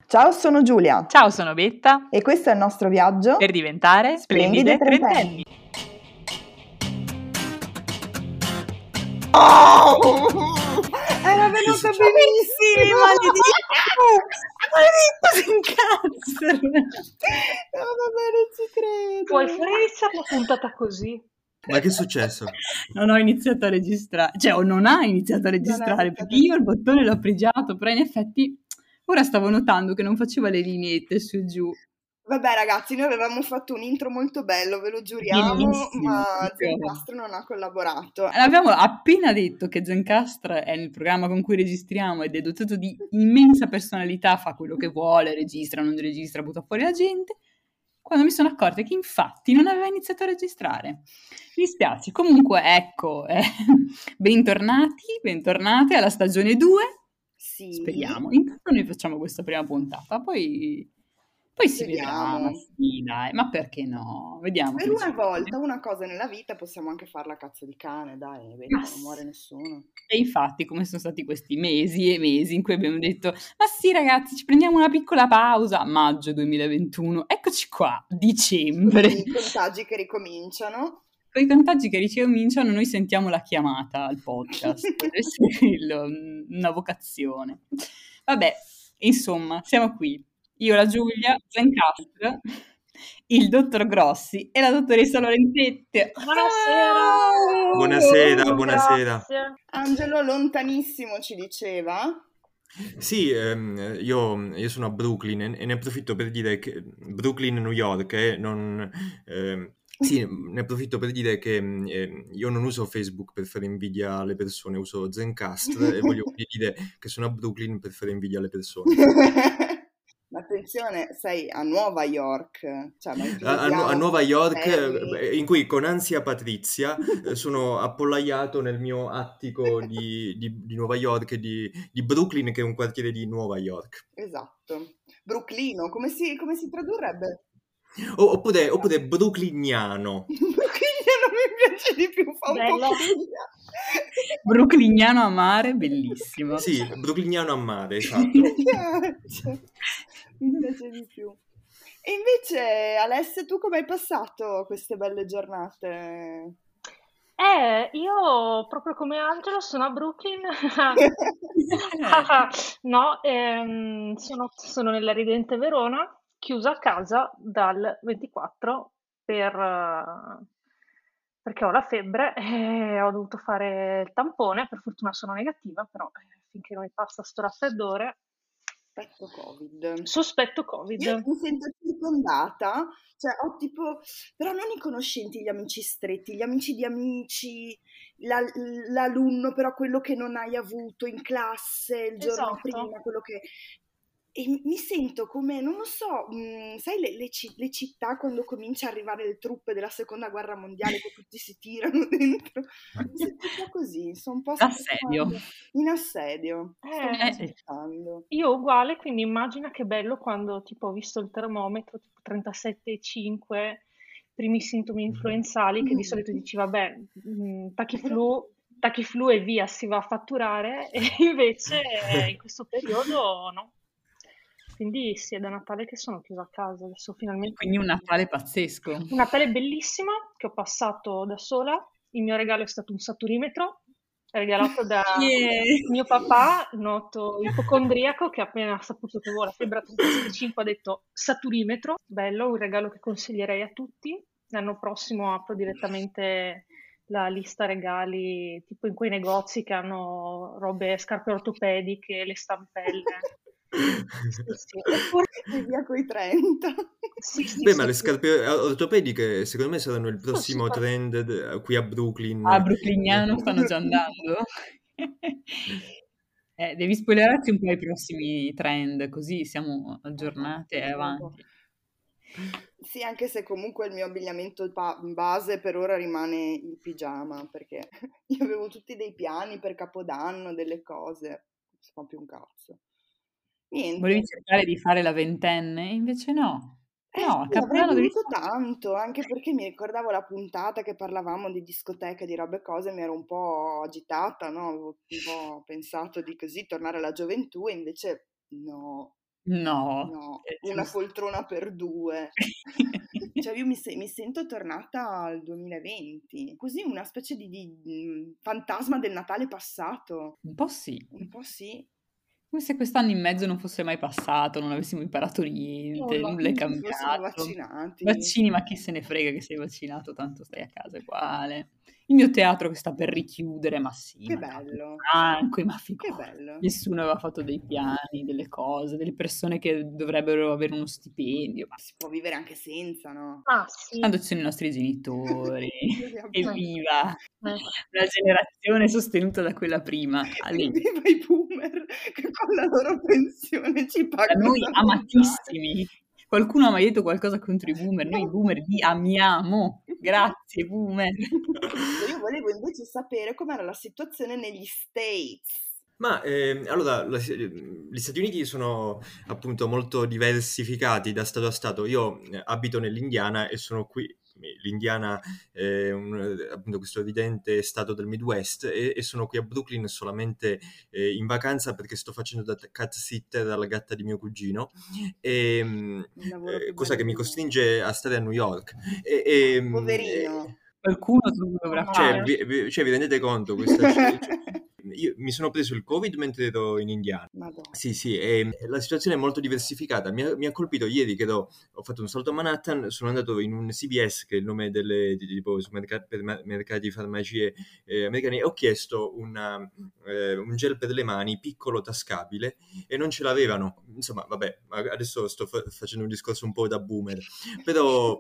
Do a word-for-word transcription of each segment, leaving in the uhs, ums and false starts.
Ciao, sono Giulia. Ciao, sono Betta. E questo è il nostro viaggio per diventare splendide splendide trentenni. Oh! Era venuta benissimo! Maledetto, si incazza! No, vabbè, non ci credo. Puoi fare iniziare la puntata così? Ma che è successo? Non ho iniziato a registrare, cioè o non ha iniziato a registrare, iniziato perché io il bottone l'ho pregiato, però in effetti ora stavo notando che non faceva le lineette su e giù. Vabbè ragazzi, noi avevamo fatto un intro molto bello, ve lo giuriamo, Bellissimo, ma proprio. Zencastro non ha collaborato. Abbiamo appena detto che Zencastr è il programma con cui registriamo ed è dotato di immensa personalità, fa quello che vuole, registra, non registra, butta fuori la gente, quando mi sono accorta che infatti non aveva iniziato a registrare. Mi dispiace, comunque ecco, eh, bentornati, bentornate alla stagione due, Sì. speriamo. Intanto noi facciamo questa prima puntata, poi... Poi si Vediamo. vedrà, ma sì, dai, ma perché no? Vediamo. Per come una ci va. volta, una cosa nella vita possiamo anche farla a cazzo di cane, dai, vedi, Ma non sì. muore nessuno. E infatti, come sono stati questi mesi e mesi in cui abbiamo detto, ma sì ragazzi, ci prendiamo una piccola pausa, maggio duemilaventuno, eccoci qua, dicembre. I contagi che ricominciano. Con i contagi che ricominciano, noi sentiamo la chiamata al podcast, deve essere quello, una vocazione. Vabbè, insomma, siamo qui. Io, la Giulia, Zencastr, il dottor Grossi e la dottoressa Lorenzette. Buonasera. Buonasera, buonasera. Grazie. Angelo lontanissimo ci diceva. Sì, ehm, io, io sono a Brooklyn e, e ne approfitto per dire che Brooklyn, New York, eh, non, ehm, sì, ne approfitto per dire che eh, io non uso Facebook per fare invidia alle persone, uso Zencastr e voglio dire che sono a Brooklyn per fare invidia alle persone. Ma attenzione, sei a Nuova York, cioè, ma A, a Nu- a Nuova York, eh, in cui con ansia patrizia eh, sono appollaiato nel mio attico di, di- di Nuova York, di, di Brooklyn, che è un quartiere di Nuova York. Esatto. Brooklino, come si, come si tradurrebbe? O- oppure, oppure brooklyniano. Brookliniano mi piace di più, fa un Bella. po' figlia. Brooklyniano a mare, bellissimo. Sì, brooklyniano a mare, esatto. Mi piace, mi piace di più. E invece, Alessia, tu come hai passato queste belle giornate? Eh, io proprio come Angelo sono a Brooklyn. No, ehm, sono, sono nella ridente Verona, chiusa a casa dal ventiquattro per, eh, perché ho la febbre e ho dovuto fare il tampone. Per fortuna sono negativa, però eh, finché non mi passa sto raffreddore, Aspetto Covid. sospetto Covid. Io mi sento circondata, cioè ho tipo, però non i conoscenti, gli amici stretti, gli amici di amici, la- l'alunno però quello che non hai avuto in classe il giorno Esatto. prima, quello che... E mi mi sento come, non lo so, mh, sai le, le ci- le città quando comincia a arrivare le truppe della seconda guerra mondiale che tutti si tirano dentro? Mi sento un po' così, sono un po' Assedio. aspettando. In assedio, sto un po' Eh, aspettando. io uguale, quindi immagina che bello quando tipo ho visto il termometro tipo trentasette virgola cinque, primi sintomi influenzali che di solito dici vabbè, mm, tachiflu, tachiflu e via, si va a fatturare, e invece eh, in questo periodo no. Quindi sì, è da Natale che sono chiusa a casa, adesso finalmente. Quindi un Natale pazzesco. Un Natale bellissimo che ho passato da sola. Il mio regalo è stato un saturimetro, regalato da Yeah. mio papà, noto ipocondriaco, che appena saputo che avevo la febbre a trentasette virgola cinque ha detto saturimetro. Bello, un regalo che consiglierei a tutti. L'anno prossimo apro direttamente la lista regali, tipo in quei negozi che hanno robe, scarpe ortopediche, le stampelle. Sì, sì. E via coi trenta. Sì, sì, Beh, sì, ma le sì. scarpe ortopediche secondo me saranno il sì, prossimo fa- trend d- qui a Brooklyn. Ah, Brooklyniano stanno già andando. Eh, devi spoilerarci un po' i prossimi trend, così siamo aggiornati e avanti. Sì, anche se comunque il mio abbigliamento pa- base per ora rimane il pigiama, perché io avevo tutti dei piani per Capodanno, delle cose, non si fa più un cazzo. Niente. Volevi cercare di fare la ventenne? Invece no. Eh No, a sì, avrei Capodanno devi voluto tanto, anche perché mi ricordavo la puntata che parlavamo di discoteche, di robe e cose, mi ero un po' agitata, no? Avevo un po' pensato di così tornare alla gioventù e invece no. No. No, Eh, una giusto. poltrona per due. Cioè io mi, se- mi sento tornata al duemilaventi, così una specie di, di, mm, fantasma del Natale passato. Un po' sì. Un po' sì. Come se quest'anno in mezzo non fosse mai passato, non avessimo imparato niente, Nulla. nulla è Non ci fossimo cambiato. vaccinati. Vaccini, ma chi se ne frega che sei vaccinato, tanto stai a casa uguale. Il mio teatro che sta per richiudere, ma sì, Che ma dai, bello. franco, ma Che figurati. bello. Nessuno aveva fatto dei piani, delle cose, delle persone che dovrebbero avere uno stipendio, ma Si può vivere anche senza, no? Ah, sì. tanto ci sono i nostri genitori, Noi abbiamo- evviva, Eh. la generazione sostenuta da quella prima. Ale, Viva i boomer che con la loro pensione ci da pagano noi da mangiare. amatissimi. Qualcuno ha mai detto qualcosa contro i boomer? Noi i boomer vi amiamo. Grazie, boomer. Io volevo invece sapere com'era la situazione negli States. Ma eh, allora, la- gli Stati Uniti sono appunto molto diversificati da stato a stato. Io eh, abito nell'Indiana e sono qui. L'Indiana è un, appunto questo evidente stato del Midwest e, e sono qui a Brooklyn solamente eh, in vacanza perché sto facendo da cat sitter alla gatta di mio cugino, e, Un lavoro eh, più cosa bello che mi del mondo. costringe a stare a New York. E, e, Poverino. e- Qualcuno lo dovrà Cioè, cioè, fare. vi, vi- cioè, vi rendete conto? Questa, cioè, io mi sono preso il Covid mentre ero in Indiana. Madonna. Sì, sì, e la situazione è molto diversificata. Mi ha, mi ha colpito ieri che ero- ho fatto un salto a Manhattan, sono andato in un C V S, che è il nome delle, di, tipo, supermercati- per ma- mercati di farmacie eh, americani, e ho chiesto una, eh, un gel per le mani piccolo, tascabile, e non ce l'avevano. Insomma, vabbè, adesso sto fa- facendo un discorso un po' da boomer, però,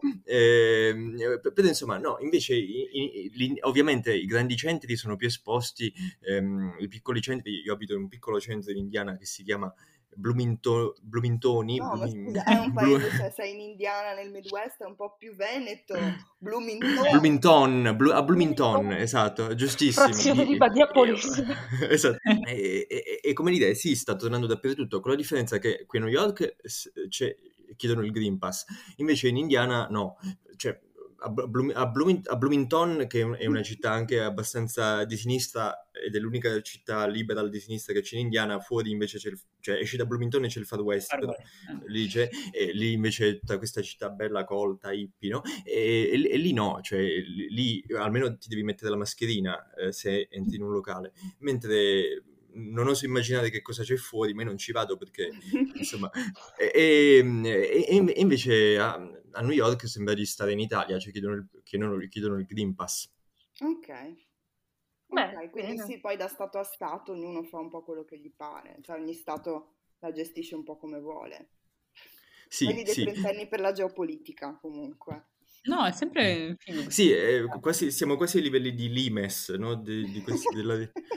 ehm, però insomma, no, invece i- i- i- ovviamente i grandi centri sono più esposti, ehm, i piccoli centri. Io abito in un piccolo centro in Indiana che si chiama Bloomington, Bloomingtoni, No, ma Blooming- scusa, è un Blu- paese, cioè sei in Indiana, nel Midwest, è un po' più Veneto, Bloomington. Bloomington, Blu- a Bloomington, esatto, giustissimo. Frazione di Di- Badiapolis. esatto. E, e- e come dire, sì, sta tornando dappertutto, con la differenza che qui a New York s- c'è- chiedono il Green Pass, invece in Indiana no. Cioè, a, Bloom- a Blooming- a Bloomington, che è un- è una città anche abbastanza di sinistra ed è l'unica città liberal di sinistra che c'è in Indiana, fuori invece c'è il, cioè esci da Bloomington e c'è il Far West, però, lì, c'è, e lì invece è tutta questa città bella colta, hippie, no? E, e- e lì no, cioè lì almeno ti devi mettere la mascherina eh, se entri in un locale, mentre non oso immaginare che cosa c'è fuori, ma io non ci vado perché, insomma, e, e- e- e invece a, a New York sembra di stare in Italia, cioè chiedono il, chiedono, chiedono il Green Pass. Ok. Beh, Ok, quindi bene. sì, poi da stato a stato ognuno fa un po' quello che gli pare, cioè ogni stato la gestisce un po' come vuole. Sì, Quelli dei sì. trentenni per la geopolitica, comunque. No, è sempre figo. Sì, eh, quasi, siamo quasi ai livelli di Limes, no? Di, di questi, della...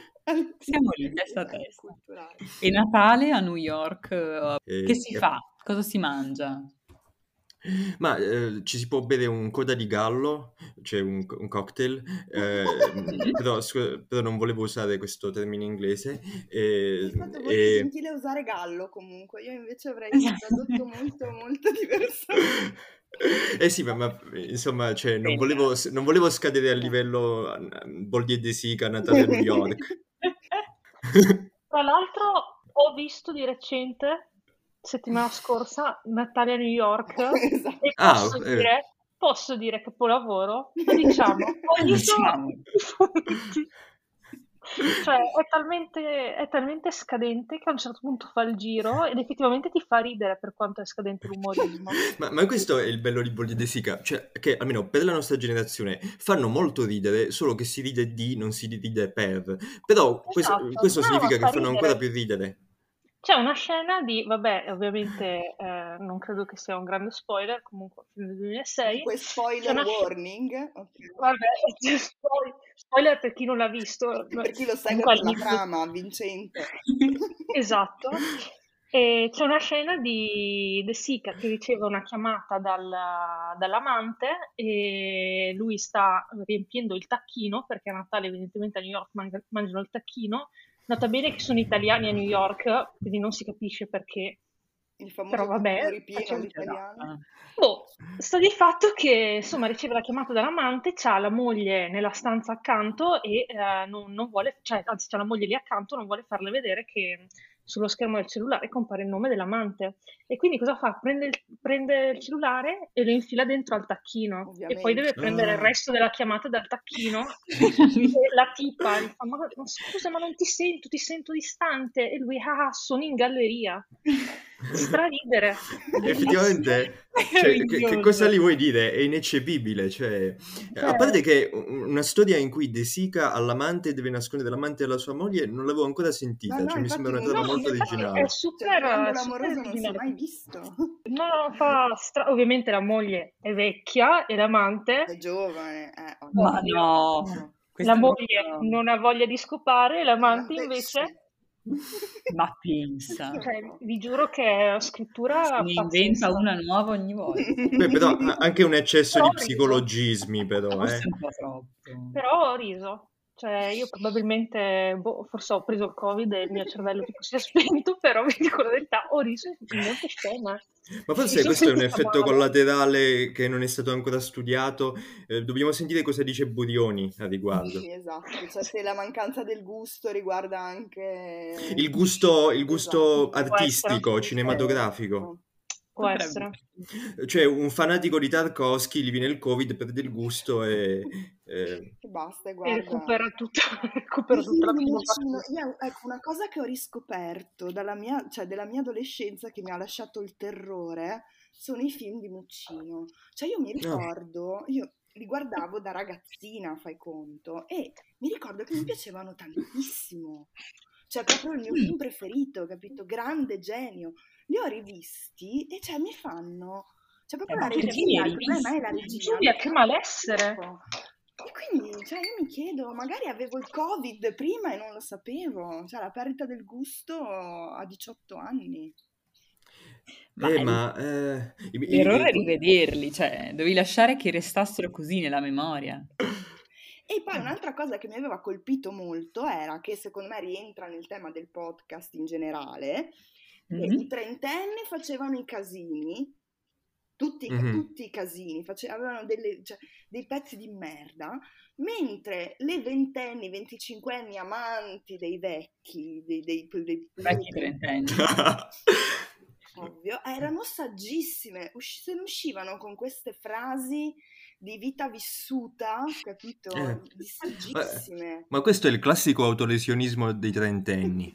Siamo lì, testa a Livelli testa. culturali. E Natale a New York, eh, eh, che si eh, fa? Cosa si mangia? Ma eh, ci si può bere un coda di gallo, cioè un, un cocktail, eh, però, scu- però non volevo usare questo termine inglese. È eh, stato molto e- gentile usare gallo comunque, io invece avrei tradotto molto molto diversamente. Eh sì, ma, ma, insomma, cioè, non, Bene. volevo, non volevo scadere a livello eh, Boldi e De Sica, Natale a New York. Tra l'altro ho visto di recente, settimana scorsa, Natale a New York Esatto. e Ah, posso eh. dire, posso dire capolavoro? Lo diciamo, ho visto Diciamo. i fumetti. Cioè è talmente, è talmente scadente che a un certo punto fa il giro ed effettivamente ti fa ridere per quanto è scadente l'umorismo. Ma, ma questo è il bello di Boldi e De Sica, cioè che almeno per la nostra generazione fanno molto ridere, solo che si ride di, non si ride per. Però questo, Esatto. questo No, significa fa che fanno ancora ridere. più ridere. C'è una scena di, vabbè, ovviamente eh, non credo che sia un grande spoiler, comunque film del duemilasei. Comunque C'è spoiler una sc- warning, ok. Vabbè, c'è spoil- spoiler per chi non l'ha visto. Per chi lo segue Comunque per la all'inizio- trama vincente. Esatto. E c'è una scena di De Sica che riceve una chiamata dal- dall'amante e lui sta riempiendo il tacchino, perché a Natale evidentemente a New York man- mangiano il tacchino. Nota bene che sono italiani a New York, quindi non si capisce perché. Il famoso Però vabbè, tacchino ripieno facciamo- all'italiano. Boh, sta di fatto che insomma riceve la chiamata dall'amante, c'ha la moglie nella stanza accanto e eh, non, non vuole, cioè anzi c'ha la moglie lì accanto, non vuole farle vedere che, sullo schermo del cellulare compare il nome dell'amante. E quindi cosa fa? Prende il, prende il cellulare e lo infila dentro al tacchino. Ovviamente. E poi deve prendere il Ah. resto della chiamata dal tacchino. E la tipa gli fa, ma ma scusa, ma non ti sento, ti sento distante. E lui, ah, sono in galleria. Straridere. Effettivamente, cioè, che, che cosa gli vuoi dire? È ineccepibile, cioè, a parte che un- una storia in cui De Sica all'amante deve nascondere l'amante alla sua moglie non l'avevo ancora sentita, Ma no, cioè mi infatti sembra una non- trama No, molto infatti originale. è Cioè, super, il triangolo super amoroso non si è originale. mai visto. No, fa stra- ovviamente la moglie è vecchia e l'amante, È giovane. Eh, vabbè. Ma ovvio. no, No. questo La è moglie proprio- non ha voglia di scopare, l'amante L'amante invece, sì. Ma pensa, cioè, vi giuro che è una scrittura se ne inventa pazzesca. una nuova ogni volta. Beh, però ha anche un eccesso Però di ho riso. psicologismi, però, Forse eh. un po' troppo. Però ho riso. Cioè, io probabilmente, boh, forse ho preso il Covid e il mio cervello tipo si è spento, però vi dico la verità, ho riso in molte scene. Ma Mi forse sono questo è un sentita effetto male. collaterale che non è stato ancora studiato. Eh, dobbiamo sentire cosa dice Burioni a riguardo. Sì, esatto. Cioè, se la mancanza del gusto riguarda anche Il gusto, il gusto Esatto. artistico, Gusto cinematografico. estetico. Può Potrebbe essere. Cioè, un fanatico di Tarkovsky gli viene il Covid, perde il gusto e... eh, E basta, e E guarda. recupera tutta, I recupera tutta la film di prima Muccino, partita. io, ecco, una cosa che ho riscoperto dalla mia, cioè della mia adolescenza che mi ha lasciato il terrore sono i film di Muccino. Cioè io mi no. ricordo, io li guardavo da ragazzina, fai conto, e mi ricordo che mi piacevano tantissimo. Cioè proprio il mio film preferito, capito? Grande genio. Li ho rivisti e cioè mi fanno... Cioè proprio Eh, la ma perché regia, li il problema è la rivisti? regia. Giulia, non che è malessere. troppo. E quindi, cioè, io mi chiedo, magari avevo il Covid prima e non lo sapevo, cioè la perdita del gusto a diciotto anni. Ma Eh, è- ma... eh, i- i- l'errore i- è rivederli, cioè devi lasciare che restassero così nella memoria. E poi un'altra cosa che mi aveva colpito molto era che secondo me rientra nel tema del podcast in generale, che Mhm. i trentenni facevano i casini, tutti, i- Mhm. tutti i casini, face- avevano delle- cioè, dei pezzi di merda, mentre le ventenni, venticinquenni amanti dei vecchi, dei, dei, dei- Vecchi dei- trentenni. ovvio, erano saggissime, Usci- se ne uscivano con queste frasi di vita vissuta, capito? Eh, Di ma, saggissime. ma questo è il classico autolesionismo dei trentenni.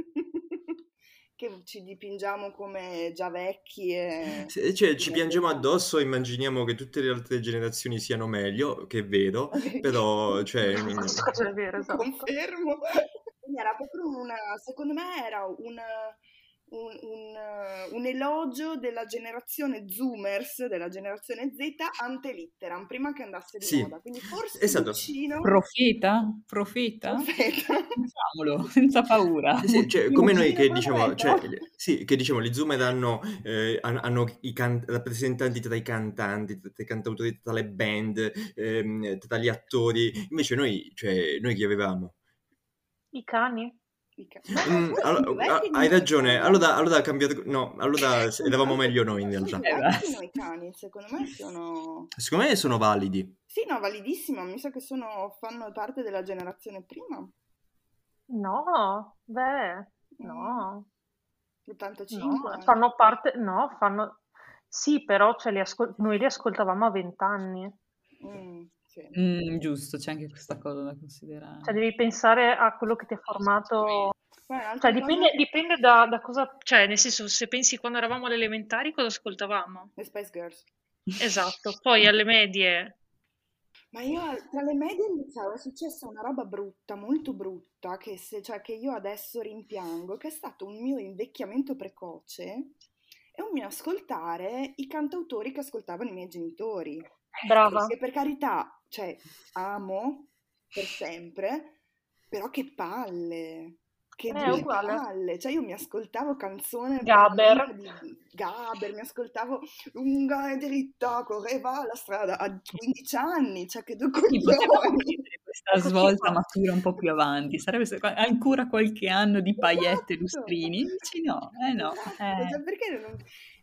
Che ci dipingiamo come già vecchi e... Se- Cioè, ci piangiamo addosso e immaginiamo che tutte le altre generazioni siano meglio, che è vero, però, cioè... In questo caso è vero, esatto. Confermo. Quindi era proprio una, secondo me era un, un, un, un elogio della generazione Zoomers, della generazione Z, ante litteram, prima che andasse di Sì, moda. Quindi forse esatto. vicino... Profeta? Profeta? Profeta. Diciamolo, senza paura. Sì, sì, cioè, come noi che Muccino diciamo, profeta. cioè, sì, che diciamo, gli Zoomer hanno, eh, han- hanno i can- rappresentanti tra i cantanti, tra, tra i cantautori, tra le band, ehm, tra gli attori, invece noi, cioè, noi chi avevamo? I cani? I ca- Ma Mm, forse allora, più vecchi di hai noi ragione, cani. allora, allora ha cambiato, no, allora eravamo meglio noi in Sono realtà. più Eh, vecchi di basta. noi cani, secondo me sono... Secondo me sono validi. Sì, no, validissimo, mi sa che sono, fanno parte della generazione prima. No, beh, Mm, no, ottantacinque. no, fanno parte, no, fanno, sì, però ce li ascol- noi li ascoltavamo a vent'anni. Mm, sì. Mm, giusto, c'è anche questa cosa da Cioè, considerare. devi pensare a quello che ti ha formato. Poi un'altra Cioè, cosa, dipende, dipende da, da cosa, cioè, nel senso, se pensi quando eravamo alle elementari cosa ascoltavamo? le Spice Girls. Esatto, poi alle medie, Ma io al- tra le medie e il liceo è successa una roba brutta, molto brutta, che, se, cioè, che io adesso rimpiango, che è stato un mio invecchiamento precoce e un mio ascoltare i cantautori che ascoltavano i miei genitori. brava. Che per carità, cioè, amo per sempre, però che palle, che È due uguale. palle. Cioè io mi ascoltavo canzone Gaber. di Gaber, mi ascoltavo lunga e dritta, correva la strada a quindici anni, cioè che due Quindi potevamo coglioni. prendere questa Eccoci svolta qua. matura un po' più avanti, sarebbe stato ancora qualche anno di paillette e Esatto. lustrini, invece no, eh no, Esatto, eh. cioè perché non...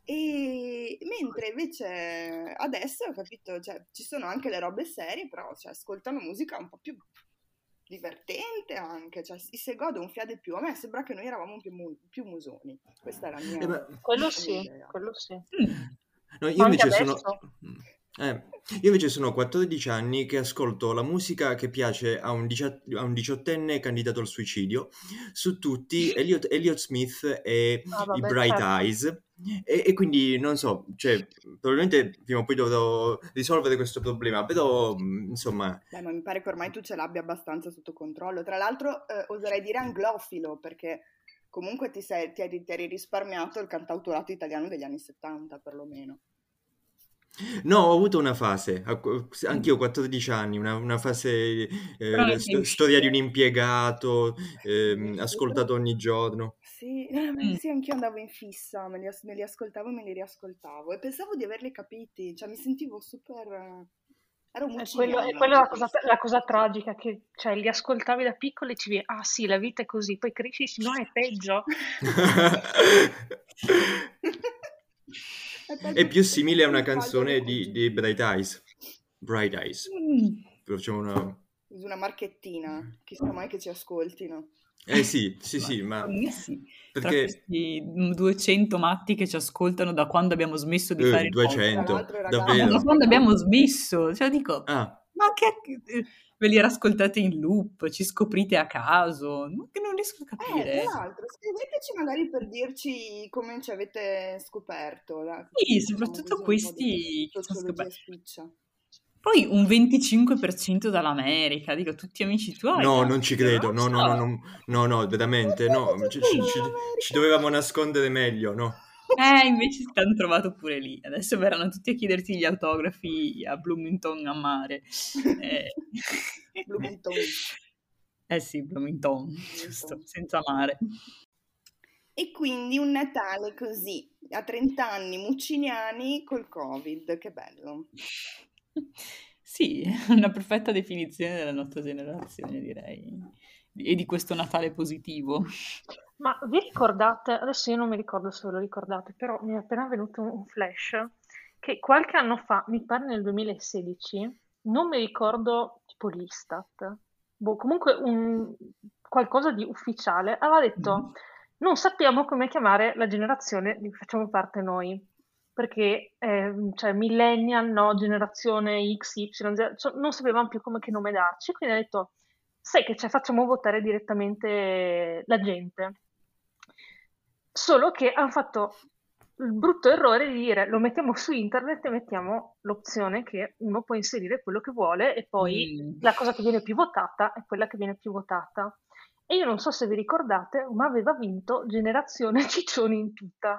E mentre invece adesso ho capito, cioè ci sono anche le robe serie, però cioè, ascoltano musica un po' più divertente anche, cioè si, si gode un fiade più. A me sembra che noi eravamo più, mu- più musoni, questa è la mia, Eh, ma- Quello la mia sì, idea. quello sì. Mm. No, io Ma anche invece sono... adesso? eh, io invece sono quattordici anni che ascolto la musica che piace a un, dicia- a un diciottenne candidato al suicidio, su tutti Elliot, Elliot Smith e Ah, i vabbè, Bright certo. Eyes, e, e quindi non so, cioè, probabilmente prima o poi dovrò risolvere questo problema, però mh, insomma... Beh, ma mi pare che ormai tu ce l'abbia abbastanza sotto controllo. Tra l'altro, eh, oserei dire anglofilo, perché comunque ti, sei, ti, eri, ti eri risparmiato il cantautorato italiano degli anni settanta, perlomeno. No, ho avuto una fase, a- anch'io quattordici anni, una, una fase, Però eh, ne sei sto- storia di un uscito. impiegato, ehm, Sì, io ascoltato ogni giorno. Sì, eh, ma Mm. sì, anch'io andavo in fissa, me li, as- me li ascoltavo e me li riascoltavo e pensavo di averli capiti, cioè mi sentivo super... eh, ero È quello, è muciniana quella con la cosa, questo. la cosa tragica, che cioè, li ascoltavi da piccoli e ci viene, ah sì, la vita è così, poi cresci e dici, no, è peggio. È È peggio più tutto, simile a tutti una i sbaglioli canzone di, di così. Bright Eyes. Bright Eyes. Mm. Facciamo una... Uso una marchettina, chissà mai che ci ascoltino. Eh sì, sì, Ma sì, ma secondo me sì. Tra perché questi duecento matti che ci ascoltano da quando abbiamo smesso di eh, fare il podcast. Tra duecento, l'altro i No, ragazzi ma da davvero. quando abbiamo ascoltano... smesso? Cioè dico, Ah, ma che eh, ve li ascoltate in loop, ci scoprite a caso? Non, che non riesco a Eh, tra capire. l'altro, scriveteci magari per dirci come ci avete scoperto, dai, Sì, così facciamo soprattutto così un po' di questi che ci hanno sociologia scoperto. spiccia. Poi un venticinque per cento dall'America, dico, tutti amici tuoi, no, non ci caspita, non credo, lo no, no, no, so. no, no, no, veramente, Perché no, ci ci, ci- ascoltano ci- ci dall'America? dovevamo nascondere meglio, no? Eh, invece si hanno trovato pure lì. Adesso verranno tutti a chiederti gli autografi a Bloomington a mare. Eh, Bloomington. eh sì, Bloomington, giusto, Bloomington. senza mare. E quindi un Natale così, a trenta anni, mucciniani col Covid, che bello. Sì, è una perfetta definizione della nostra generazione, direi, e di questo Natale positivo. Ma vi ricordate, adesso io non mi ricordo se ve lo ricordate, però mi è appena venuto un flash, che qualche anno fa, mi pare nel duemilasedici, non mi ricordo tipo l'Istat, boh, comunque un, qualcosa di ufficiale, aveva detto, Mm. non sappiamo come chiamare la generazione di cui facciamo parte noi, perché eh, cioè millennial, no, generazione X, Y, Z, cioè, non sapevamo più come che nome darci, quindi ha detto, sai che c'è, facciamo votare direttamente la gente. Solo che hanno fatto il brutto errore di dire lo mettiamo su internet e mettiamo l'opzione che uno può inserire quello che vuole e poi Mm. la cosa che viene più votata è quella che viene più votata. E io non so se vi ricordate, ma aveva vinto Generazione Ciccioni in tutta.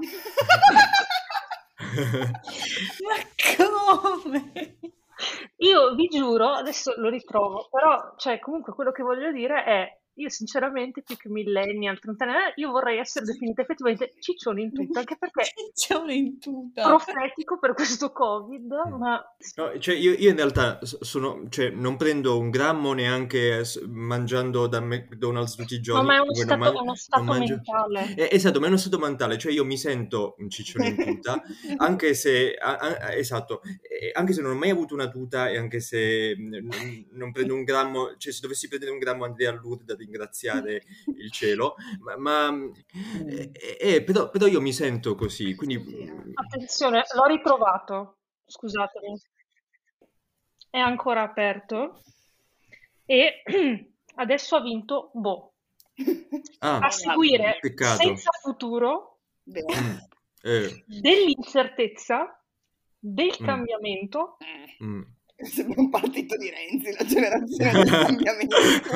Ma come? Io vi giuro, adesso lo ritrovo, però, cioè, comunque quello che voglio dire è, io sinceramente, più che millennial, trentenni, eh, io vorrei essere definita effettivamente ciccione in tutto, anche perché Ciccione in tuta. profetico per questo Covid, ma No, cioè io, io in realtà s- sono, cioè, non prendo un grammo neanche s- mangiando da McDonald's tutti i no, ma giorni, è uno comunque non, stato, man- è uno non stato mangio... mentale. Eh, esatto, ma è uno stato mentale, cioè io mi sento un ciccione in tuta, anche se, a- a- esatto, eh, anche se non ho mai avuto una tuta e anche se mm, non, non prendo un grammo, cioè se dovessi prendere un grammo andrei a Lourdes a ringraziare il cielo, ma, ma, eh, eh, però, però io mi sento così, quindi... Sì, sì, eh. mm, Attenzione, l'ho ritrovato, scusatemi, è ancora aperto e adesso ha vinto Boh. Ah, A seguire peccato. Senza futuro, Beh, Mm, eh, dell'incertezza, del mm, cambiamento, eh, mm. sembra un partito di Renzi, la generazione del cambiamento.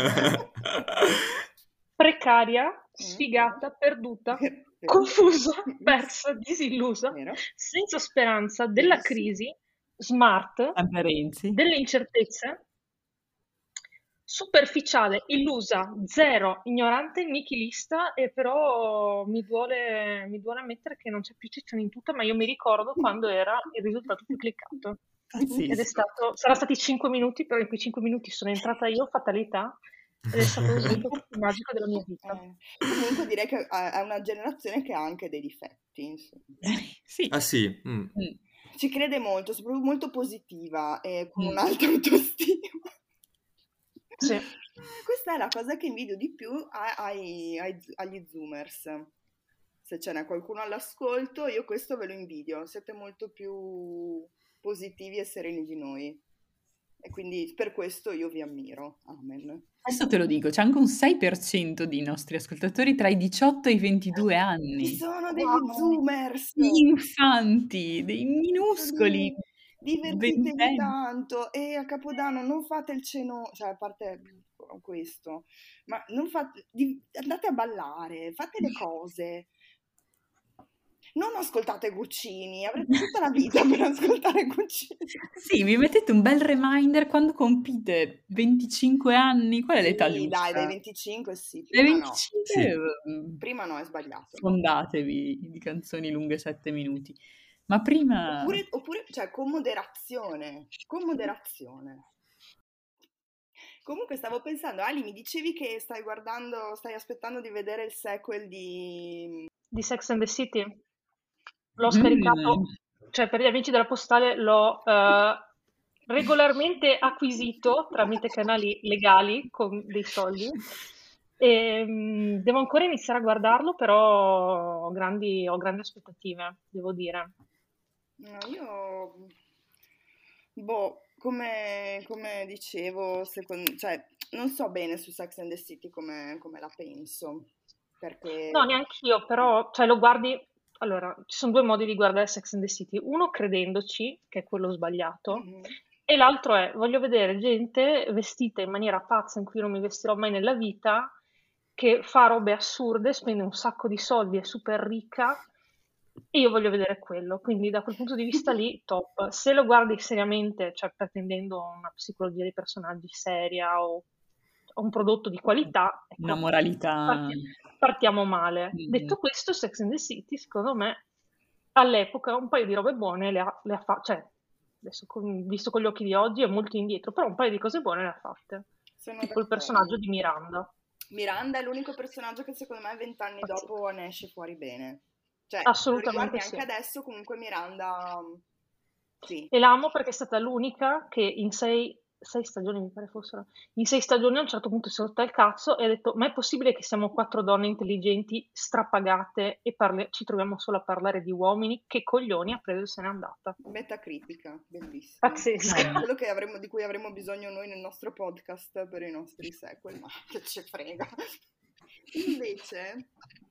precaria, Mm, sfigata, perduta, vero, vero. confusa, persa, disillusa, Vero? senza speranza, della Verissimo. crisi, smart, Sempre Renzi. delle incertezze, superficiale, illusa, zero, ignorante, nichilista e però mi duole, mi duole ammettere che non c'è più ciccione in tutta, ma io mi ricordo quando era il risultato più cliccato. Ed è Pazzesco. stato, sarà stati cinque minuti, però in quei cinque minuti sono entrata io, fatalità, ed è stato il momento più magico della mia vita. Eh, comunque direi che è è una generazione che ha anche dei difetti, insomma. Sì. Ah sì, mm. Mm. Ci crede molto, soprattutto molto positiva e con Mm. un'alta autostima. Sì. Eh, Questa è la cosa che invidio di più a- ai- ai- agli Zoomers. Se ce n'è qualcuno all'ascolto, io questo ve lo invidio. Siete molto più positivi e sereni di noi. E quindi per questo io vi ammiro. Amen. Adesso te lo dico, c'è anche un sei per cento di nostri ascoltatori tra i diciotto e i ventidue Ci anni. sono degli Wow. Zoomers! Degli infanti, dei minuscoli Lì, divertitevi ventenni. tanto e a Capodanno non fate il ceno, cioè a parte questo, ma non fate, di- andate a ballare, fate le cose. Non ascoltate Guccini, avrete tutta la vita per ascoltare Guccini. Sì, vi mettete un bel reminder quando compite venticinque anni. Qual è l'età Sì, giusta? dai, dai venticinque sì, Dai prima no. venticinque Sì. eh, Prima no, è sbagliato. fondatevi di canzoni lunghe sette minuti. Ma prima... Oppure, oppure, cioè, con moderazione, con moderazione. Comunque stavo pensando, Ali, mi dicevi che stai guardando, stai aspettando di vedere il sequel di... Di Sex and the City. L'ho scaricato, Mm. cioè per gli amici della postale l'ho eh, regolarmente acquisito tramite canali legali con dei soldi. E, mm, devo ancora iniziare a guardarlo, però ho grandi, ho grandi aspettative, devo dire. No, io, boh, come, come dicevo, secondo, cioè, non so bene su Sex and the City come, come la penso, perché... No, neanche io, però, cioè lo guardi. Allora, ci sono due modi di guardare Sex and the City. Uno credendoci, che è quello sbagliato, Mhm. e l'altro è voglio vedere gente vestita in maniera pazza in cui non mi vestirò mai nella vita, che fa robe assurde, spende un sacco di soldi, è super ricca, e io voglio vedere quello. Quindi da quel punto di vista lì, top. Se lo guardi seriamente, cioè pretendendo una psicologia dei personaggi seria o o un prodotto di qualità, ecco, Una moralità... parti- partiamo male. Mhm. Detto questo, Sex and the City, secondo me, all'epoca un paio di robe buone le ha, le ha fatte, cioè, adesso con- visto con gli occhi di oggi è molto indietro, però un paio di cose buone le ha fatte. Sono Tipo il d'accordo. personaggio di Miranda. Miranda è l'unico personaggio che secondo me vent'anni Pazzesco. dopo ne esce fuori bene. Cioè, lo Assolutamente riguardi sì. anche adesso, comunque Miranda... Sì. E l'amo perché è stata l'unica che in sei, sei stagioni, mi pare fossero, in sei stagioni a un certo punto si è rotta il cazzo e ha detto: ma è possibile che siamo quattro donne intelligenti, strapagate e parli- ci troviamo solo a parlare di uomini? Che coglioni, ha preso e se n'è andata. Metacritica, bellissimo. Pazzesco. Eh, Quello che avremmo, di cui avremmo bisogno noi nel nostro podcast per i nostri sequel, ma che ce frega. Invece,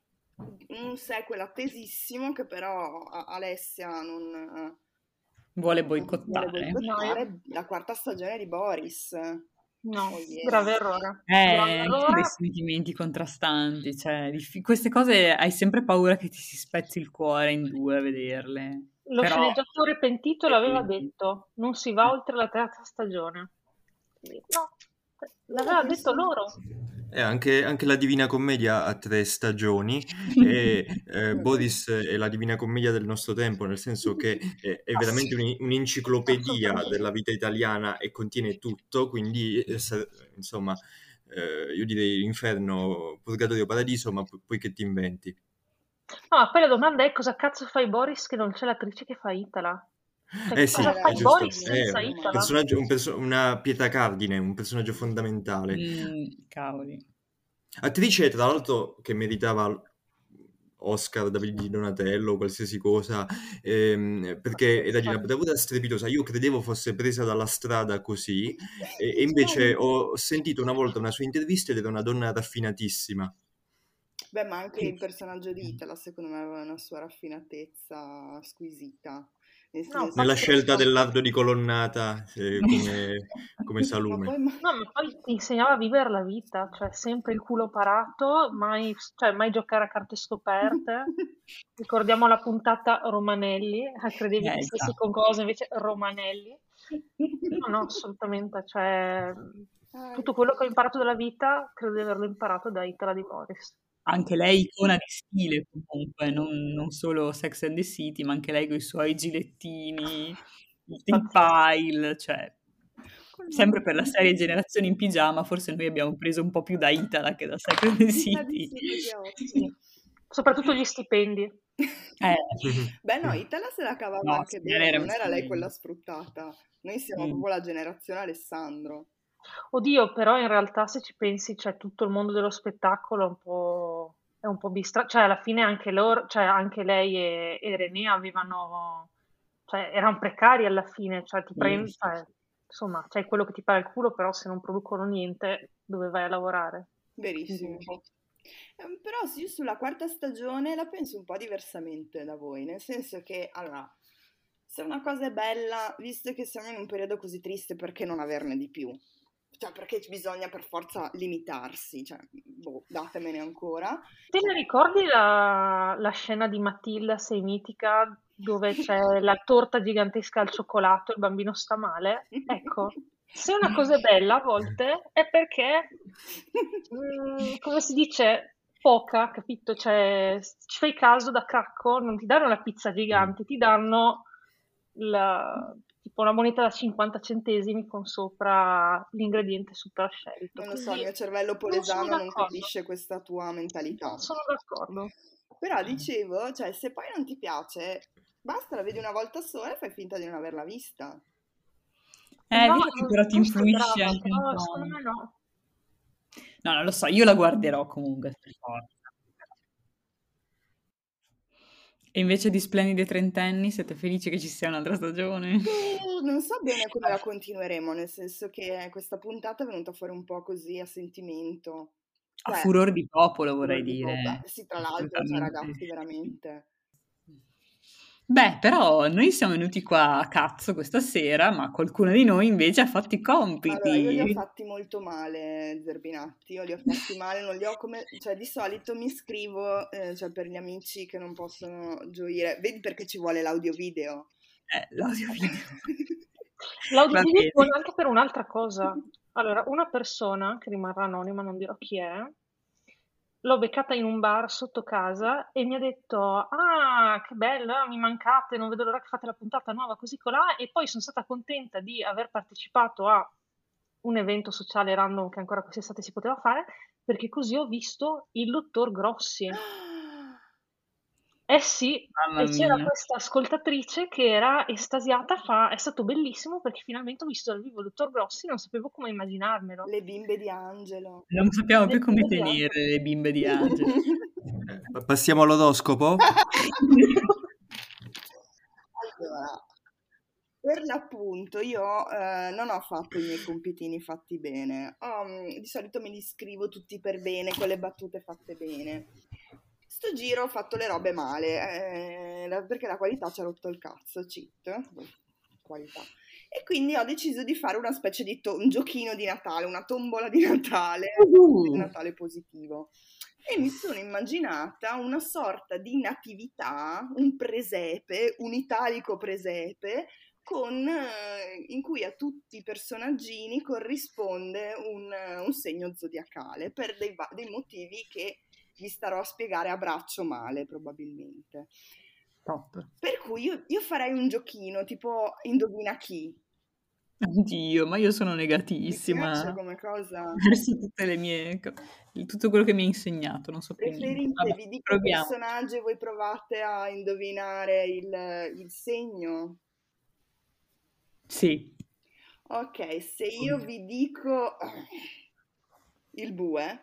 un sequel attesissimo che però a- Alessia non vuole vuole boicottare. boicottare, la quarta stagione di Boris. No, Oh yeah. grave errore. Eh, Grave anche dei errore. sentimenti contrastanti, cioè, diffi- queste cose hai sempre paura che ti si spezzi il cuore in due a vederle. Lo Però... sceneggiatore pentito l'aveva detto, non si va oltre la terza stagione. No, l'aveva No, detto questo- loro. Eh, anche, anche la Divina Commedia ha tre stagioni e eh, Boris è la Divina Commedia del nostro tempo, nel senso che è, è veramente un- un'enciclopedia Assolutamente. della vita italiana e contiene tutto, quindi eh, sa- insomma eh, io direi inferno, purgatorio, paradiso, ma pu- poi che ti inventi? No, ma poi la domanda è cosa cazzo fai Boris che non c'è l'attrice che fa Itala? Cioè, Eh sì, cosa Eh, fai è giusto, Boris è senza un Itala? personaggio, un perso- una pietra cardine, un personaggio fondamentale. Mm, cavoli. Attrice, tra l'altro, che meritava Oscar, Davide di Donatello, qualsiasi cosa, ehm, perché era di una bravura strepitosa. Io credevo fosse presa dalla strada così, e, e invece ho sentito una volta una sua intervista ed era una donna raffinatissima. Beh, ma anche il personaggio di Itala, secondo me, aveva una sua raffinatezza squisita. Nel No, senso- Nella pazzesco. scelta dell'ardo di colonnata eh, come, come Ma salume. poi, ma- No, ma poi ti insegnava a vivere la vita, cioè sempre il culo parato, mai, cioè, mai giocare a carte scoperte. Ricordiamo la puntata Romanelli, eh, credevi Eh, che stessi esatto. con cosa, invece Romanelli. No, no, assolutamente, cioè tutto quello che ho imparato dalla vita credo di averlo imparato da Itala di Boris. Anche lei icona di stile comunque, non, non solo Sex and the City, ma anche lei con i suoi gilettini, il pile, cioè sempre per la serie Generazione in pigiama, forse noi abbiamo preso un po' più da Itala che da Sex and the City. Sì. Soprattutto gli stipendi. Eh. Beh, no, Itala se la cavava No, anche sì, bene, era non era lei messo quella sfruttata. Noi siamo Mm. proprio la generazione Alessandro. Oddio, però in realtà se ci pensi, cioè tutto il mondo dello spettacolo è un po', è un po' bistra, cioè alla fine anche loro, cioè anche lei e, e René avevano, cioè erano precari alla fine, cioè ti prendi, Sì. cioè, insomma, c'è quello che ti paga il culo, però se non producono niente, dove vai a lavorare? Verissimo. Vero. Ehm, Però sì, io sulla quarta stagione la penso un po' diversamente da voi, nel senso che, allora, se una cosa è bella, visto che siamo in un periodo così triste, perché non averne di più? Cioè, perché bisogna per forza limitarsi, cioè, boh, datemene ancora. Te la ricordi la, la scena di Matilda Sei mitica dove c'è la torta gigantesca al cioccolato e il bambino sta male? Ecco, se una cosa è bella a volte è perché, mm, come si dice, poca, capito? Cioè, ci fai caso da cracco, non ti danno la pizza gigante, ti danno la- tipo una moneta da cinquanta centesimi con sopra l'ingrediente super scelto. Non lo so, il Così mio cervello non sono polesano non d'accordo. capisce questa tua mentalità. Non sono d'accordo. Però dicevo, cioè, se poi non ti piace, basta, la vedi una volta sola e fai finta di non averla vista. Eh, No, vedi che però ti tu sei influisce brava, anche un però po'. secondo me no. No, non lo so, io la guarderò comunque per forza. E invece di Splendide Trentenni, siete felici che ci sia un'altra stagione? Eh, Non so bene come la continueremo, nel senso che questa puntata è venuta fuori un po' così a sentimento. A Cioè, furor di popolo, vorrei furor di poppa. dire. Sì, tra l'altro, cioè, Assolutamente. ragazzi, veramente. Beh, però noi siamo venuti qua a cazzo questa sera, ma qualcuno di noi invece ha fatto i Allora, io li ho compiti. fatti molto male, Zerbinatti, io li ho fatti male, non li ho come... Cioè, di solito mi scrivo, eh, cioè, per gli amici che non possono gioire. Vedi perché ci vuole l'audio video? Eh, l'audio video. L'audio Va video bene. buono anche per un'altra cosa. Allora, una persona, che rimarrà anonima, non dirò chi è, l'ho beccata in un bar sotto casa e mi ha detto: Ah, che bella, mi mancate, non vedo l'ora che fate la puntata nuova, così colà. E poi sono stata contenta di aver partecipato a un evento sociale random che ancora quest'estate si poteva fare, perché così ho visto il dottor Grossi. Eh sì, Mamma e c'era mia. questa ascoltatrice che era estasiata, fa, è stato bellissimo perché finalmente ho visto dal vivo il dottor Grossi, non sapevo come immaginarmelo. Le bimbe di Angelo. Non sappiamo più Le come bimbe di Angelo. tenere le bimbe di Angelo. Eh, passiamo all'oroscopo? Allora, per l'appunto io eh, non ho fatto i miei compitini fatti bene. Ho, mm, di solito me li scrivo tutti per bene, con le battute fatte bene. Sto giro ho fatto le robe male, eh, la- perché la qualità ci ha rotto il cazzo, cheat, qualità. E quindi ho deciso di fare una specie di to- un giochino di Natale, una tombola di Natale, di Uh, Natale positivo. E mi sono immaginata una sorta di natività, un presepe, un italico presepe, con, eh, in cui a tutti i personaggini corrisponde un, un segno zodiacale per dei, va- dei motivi che vi starò a spiegare a braccio male, probabilmente. top. Per cui io, io farei un giochino tipo indovina chi. Oddio, ma io sono Ti negatissima piace come cosa? verso tutte le mie... co- tutto quello che mi ha insegnato, non so più niente. Preferite, Vabbè, vi dico il proviamo. personaggio e voi provate a indovinare il, il segno? Sì. Ok, se io vi dico il bue,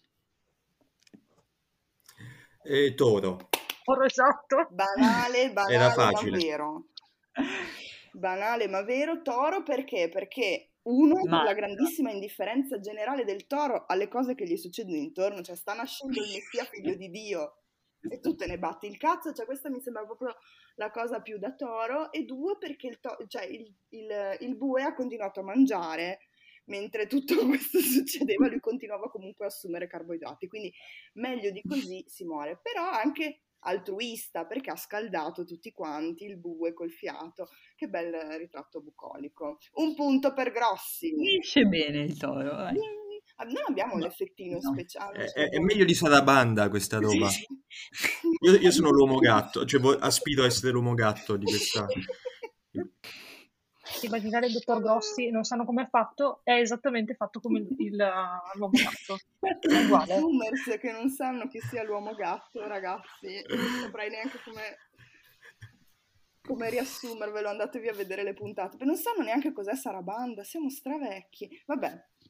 E toro. Oro esatto. banale, Era banale ma facile. vero. Banale ma vero, toro perché? Perché uno, per la Manca. grandissima indifferenza generale del toro alle cose che gli succedono intorno, cioè sta nascendo il Messia figlio di Dio e tu te ne batti il cazzo, cioè questa mi sembra proprio la cosa più da toro, e due perché il, to- cioè il, il- il bue ha continuato a mangiare mentre tutto questo succedeva, lui continuava comunque a assumere carboidrati, quindi meglio di così si muore, però anche altruista perché ha scaldato tutti quanti, il bue col fiato, che bel ritratto bucolico. Un punto per Grossi. Esce bene il toro, vai. Ah, non abbiamo No, l'effettino no. speciale. È, cioè, è- è boh. meglio di Sarabanda questa roba. Io, io sono l'uomo gatto, cioè vo- aspiro a essere l'uomo gatto di questa... Immaginare il dottor Grossi, non sanno come è fatto, è esattamente fatto come il, il, uh, l'uomo gatto. È uguale. Zoomers che non sanno chi sia l'uomo gatto, ragazzi, non saprei neanche come, come riassumervelo, andatevi a vedere le puntate, non sanno neanche cos'è Sarabanda, siamo stravecchi. Vabbè,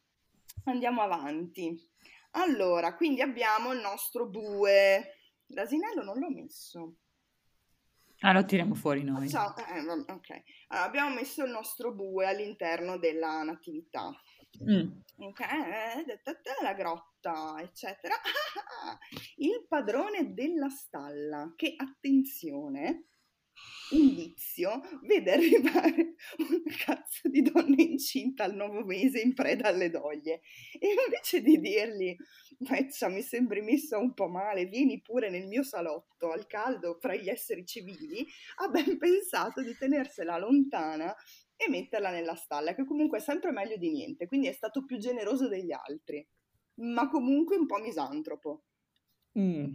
Andiamo avanti. Allora, quindi abbiamo il nostro bue. L'asinello non l'ho messo. Ah, lo tiriamo fuori noi. Ciao, eh, va- ok. Allora, abbiamo messo il nostro bue all'interno della natività. Mm. Ok, eh, da- da- da, la grotta, eccetera. Il padrone della stalla, che attenzione, indizio, vede arrivare una cazzo di donna incinta al nuovo mese in preda alle doglie. E invece di dirgli, Mezza, mi sembri messa un po' male, vieni pure nel mio salotto, al caldo, fra gli esseri civili, ha ben pensato di tenersela lontana e metterla nella stalla, che comunque è sempre meglio di niente, quindi è stato più generoso degli altri, ma comunque un po' misantropo. Mm.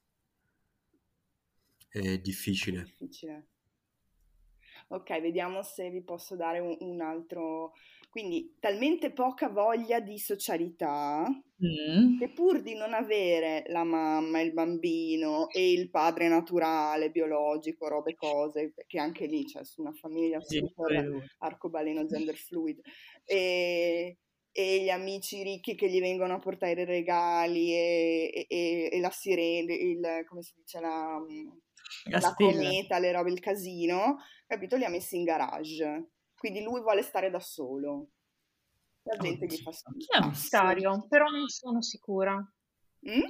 È difficile. Difficile. Ok, vediamo se vi posso dare un, un altro. Quindi, talmente poca voglia di socialità Mm. che pur di non avere la mamma, il bambino e il padre naturale, biologico, robe cose, perché anche lì c'è su una famiglia super Genitori due. arcobaleno gender fluid, e, e gli amici ricchi che gli vengono a portare i regali e, e- e la sirena, il, come si dice, la, La la stella. cometa, le robe, il casino, capito? Li ha messi in garage. Quindi lui vuole stare da solo. La gente gli fa Oddio, chi schifo. ha messo? Sagittario, però non sono sicura. Mm?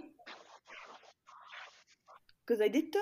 Cosa hai detto?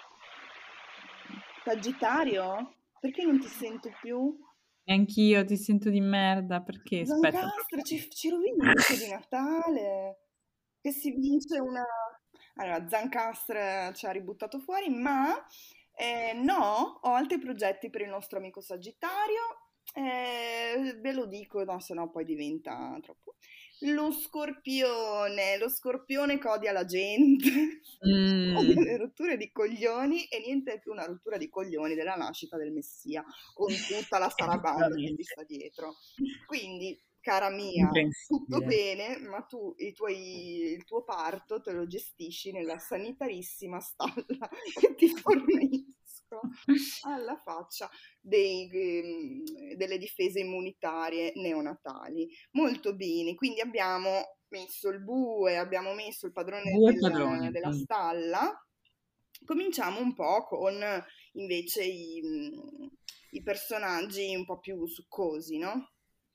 Sagittario? Perché non ti sento più? Neanch'io ti sento di merda, perché? Aspetta, Zancastro, ci, ci rovini il luce di Natale. Che si vince una. Allora, Zancastre ci ha ributtato fuori, ma eh, no, ho altri progetti per il nostro amico Sagittario. Eh, ve lo dico, no, se no poi diventa troppo. Lo Scorpione, lo Scorpione che odia la gente, Mm. odia le rotture di coglioni e niente più una rottura di coglioni della nascita del Messia, con tutta la sarabanda che gli sta dietro. Quindi, cara mia, tutto Incomprensibile. bene, ma tu i tuoi- il tuo parto te lo gestisci nella sanitarissima stalla che ti fornisco alla faccia dei, ehm, delle difese immunitarie neonatali. Molto bene, quindi abbiamo messo il bue, abbiamo messo il padrone Bue del- padrone. della Mm. stalla. Cominciamo un po' con invece i, i personaggi un po' più succosi, no?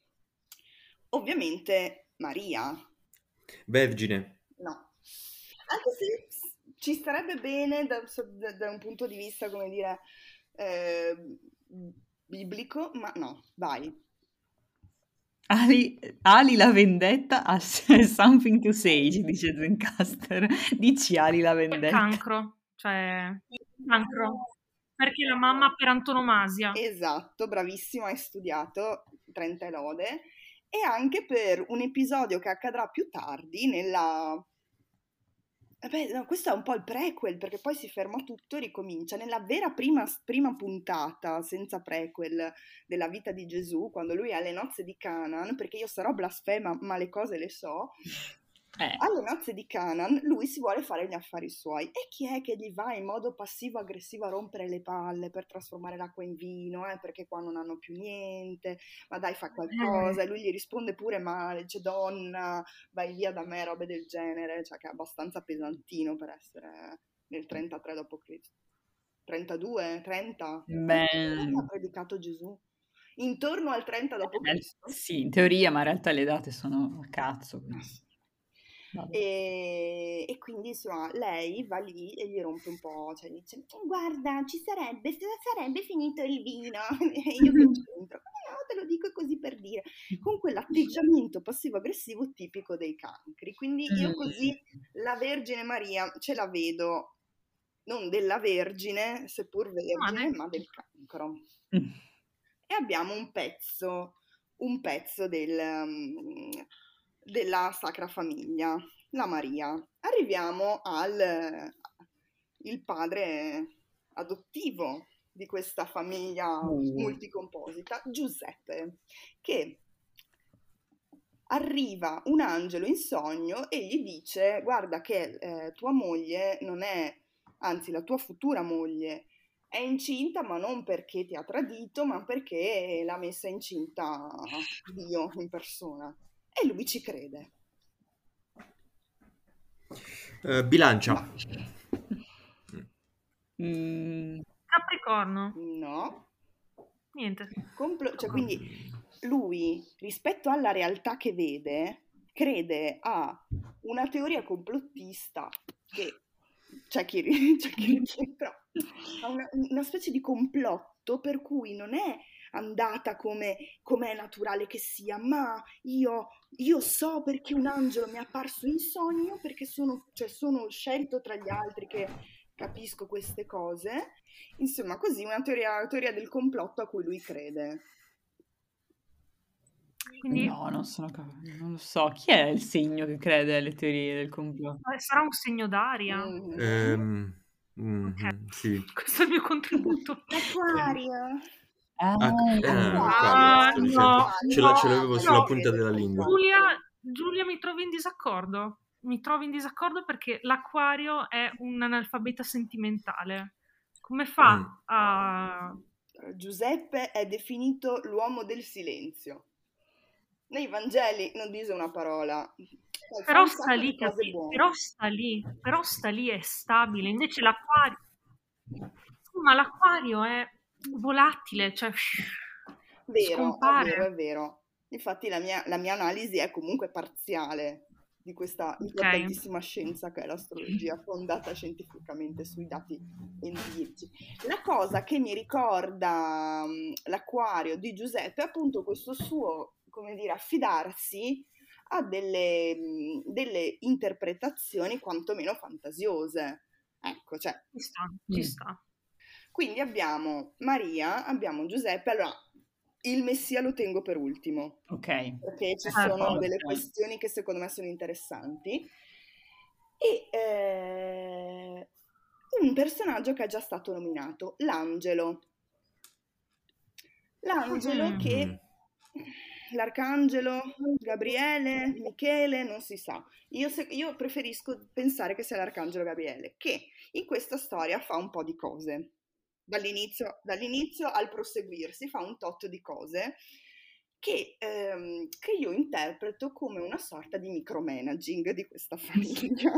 Ovviamente Maria, Vergine. no. Anche se ci starebbe bene da, da- da un punto di vista, come dire, eh, biblico, ma no, vai. Ali, Ali la vendetta ha something to say, ci dice Zencaster. Dici Ali la vendetta. Cancro, cioè cancro, perché la mamma per antonomasia. Esatto, bravissimo, hai studiato, trenta e lode. E anche per un episodio che accadrà più tardi nella. Eh beh, no, questo è un po' il prequel, perché poi si ferma tutto e ricomincia. Nella vera prima, prima puntata, senza prequel, della vita di Gesù, quando lui è alle nozze di Canaan, perché io sarò blasfema, ma le cose le so, Eh. alle nozze di Canaan lui si vuole fare gli affari suoi. E chi è che gli va in modo passivo-aggressivo a rompere le palle per trasformare l'acqua in vino, eh, perché qua non hanno più niente, ma dai, fa qualcosa. E lui gli risponde pure male, dice donna, vai via da me, robe del genere, cioè che è abbastanza pesantino per essere nel trentatré dopo Cristo. trentadue, trenta? Beh, Quando ha predicato Gesù? Intorno al trenta dopo eh, Cristo? sì, in teoria, ma in realtà le date sono a cazzo. quindi. Vabbè. E, e quindi insomma lei va lì e gli rompe un po', cioè gli dice guarda ci sarebbe, sarebbe finito il vino e io che c'entro? "Eh, no, te lo dico così per dire", con quell'atteggiamento passivo-aggressivo tipico dei cancri. Quindi io così la Vergine Maria ce la vedo, non della Vergine, seppur vergine, ma del cancro. Mm. E abbiamo un pezzo, un pezzo del, um, della Sacra Famiglia, la Maria. Arriviamo al il padre adottivo di questa famiglia Mm. multicomposita, Giuseppe, che arriva un angelo in sogno e gli dice guarda che eh, tua moglie non è, anzi la tua futura moglie è incinta, ma non perché ti ha tradito, ma perché l'ha messa incinta Dio in persona. e lui ci crede. Eh, bilancia. Mm, Capricorno. No. Niente. Complo- cioè, quindi lui, rispetto alla realtà che vede, crede a una teoria complottista che c'è chi, ri- c'è chi ritiene, però ha una, una specie di complotto per cui non è andata come come è naturale che sia, ma io, io so perché un angelo mi è apparso in sogno, perché sono, cioè, sono scelto tra gli altri che capisco queste cose. Insomma, così una teoria, teoria del complotto a cui lui crede. Quindi no, non sono cap- non lo so. Chi è il segno che crede alle teorie del complotto? eh, sarà un segno d'aria. Mhm. Ehm, mhm, Ok. sì. Questo è il mio contributo. L'acquario. Ah, Ah, eh, Acquario. Ah, Acquario, stavo no, dicendo. Ce, la- no, ce l'avevo no. sulla punta della lingua. Giulia, Giulia mi trovi in disaccordo. Mi trovi in disaccordo perché l'acquario è un analfabeta sentimentale. Come Mm. fa a... Giuseppe è definito l'uomo del silenzio. Nei Vangeli non dice una parola. Poi fa Però un sta sacco lì, di cose capi- buone. però sta lì, però sta lì, è stabile. Invece l'acquario... Sì, ma l'acquario è volatile, cioè Vero, è scompare. vero, è vero. Infatti la mia, la mia analisi è comunque parziale di questa Ok. importantissima scienza che è l'astrologia, fondata scientificamente sui dati empirici. La cosa che mi ricorda mh, l'acquario di Giuseppe è appunto questo suo, come dire, affidarsi a delle, mh, delle interpretazioni quantomeno fantasiose. Ecco, cioè, Ci sta, ci Mm. sta. quindi abbiamo Maria, abbiamo Giuseppe. Allora, il Messia lo tengo per ultimo, ok. perché ci Eh, sono forza. delle questioni che secondo me sono interessanti. E eh, un personaggio che è già stato nominato, l'angelo. L'angelo Mm. che l'arcangelo Gabriele, Michele, non si sa. Io, se- io preferisco pensare che sia l'arcangelo Gabriele, che in questa storia fa un po' di cose. Dall'inizio, dall'inizio al proseguirsi fa un tot di cose che, ehm, che io interpreto come una sorta di micromanaging di questa famiglia.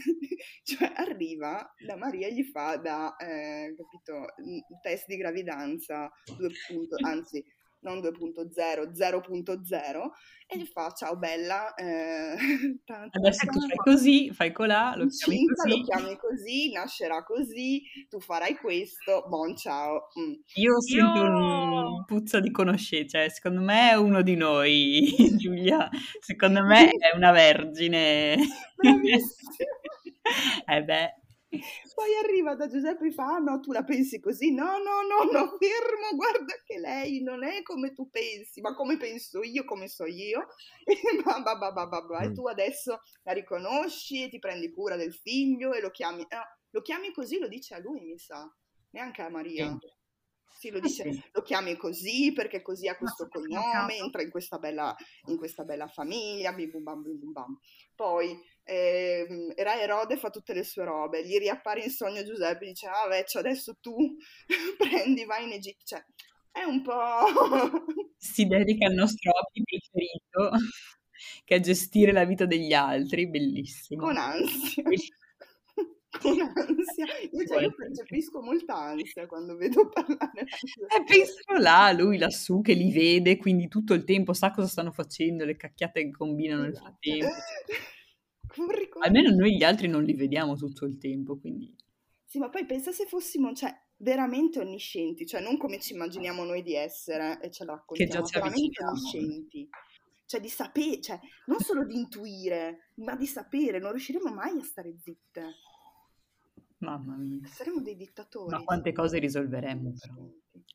Cioè arriva da Maria e gli fa da, eh, capito, un test di gravidanza due punto, anzi non due punto zero, zero punto zero, e gli fa ciao bella, eh, ta- ta- Adesso tu ta, fai così, fai colà, lo chiami incinta, lo così. chiami così, nascerà così, tu farai questo, buon ciao. Mm. Io sento un Io... puzza di conoscenza, cioè, secondo me è uno di noi, Giulia. Secondo me è una vergine. Bravissimo. Eh beh, Poi arriva da Giuseppe e fa: "Ah, no, tu la pensi così? No, no, no, no, fermo, guarda che lei non è come tu pensi, ma come penso io, come so io." E, ba, ba, ba, ba, ba, ba. E Mm. tu adesso la riconosci e ti prendi cura del figlio e lo chiami, no, lo chiami così, lo dice a lui, mi sa, neanche a Maria. sì. Sì, lo Eh dice, sì. lo chiami così perché così ha Ma questo sapete cognome, caso? entra in questa bella, in questa bella famiglia, bim bum bam, bim bum bam. Poi ehm, Re Erode fa tutte le sue robe, gli riappare in sogno Giuseppe e dice: ah, vecchio, adesso tu prendi, vai in Egitto. Cioè, è un po'... Si dedica al nostro hobby preferito, che è gestire la vita degli altri, bellissimo. con ansia. Con ansia. Io, Ci cioè, io vuole sempre. percepisco molta ansia quando vedo parlare Eh, pensano là, lui lassù che li vede, quindi tutto il tempo sa cosa stanno facendo, le cacchiate che combinano nel Esatto. frattempo. Corri, corri. Almeno noi gli altri non li vediamo tutto il tempo, quindi... Sì, ma poi pensa se fossimo, cioè, veramente onniscienti, cioè non come ci immaginiamo noi di essere e ce la Che già raccontiamo, ci veramente avviciniamo. onniscienti. Cioè di sapere, cioè non solo di intuire, ma di sapere, non riusciremo mai a stare zitte. Mamma mia. Saremo dei dittatori. Ma quante cose risolveremmo però. Onniscienti.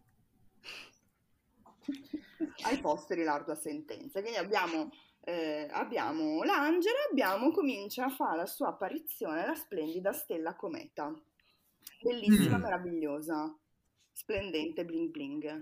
Ai posteri l'ardua sentenza. Quindi abbiamo, eh, abbiamo l'angelo, abbiamo, comincia a fare la sua apparizione la splendida stella cometa. Bellissima, Mm. meravigliosa, splendente, bling bling.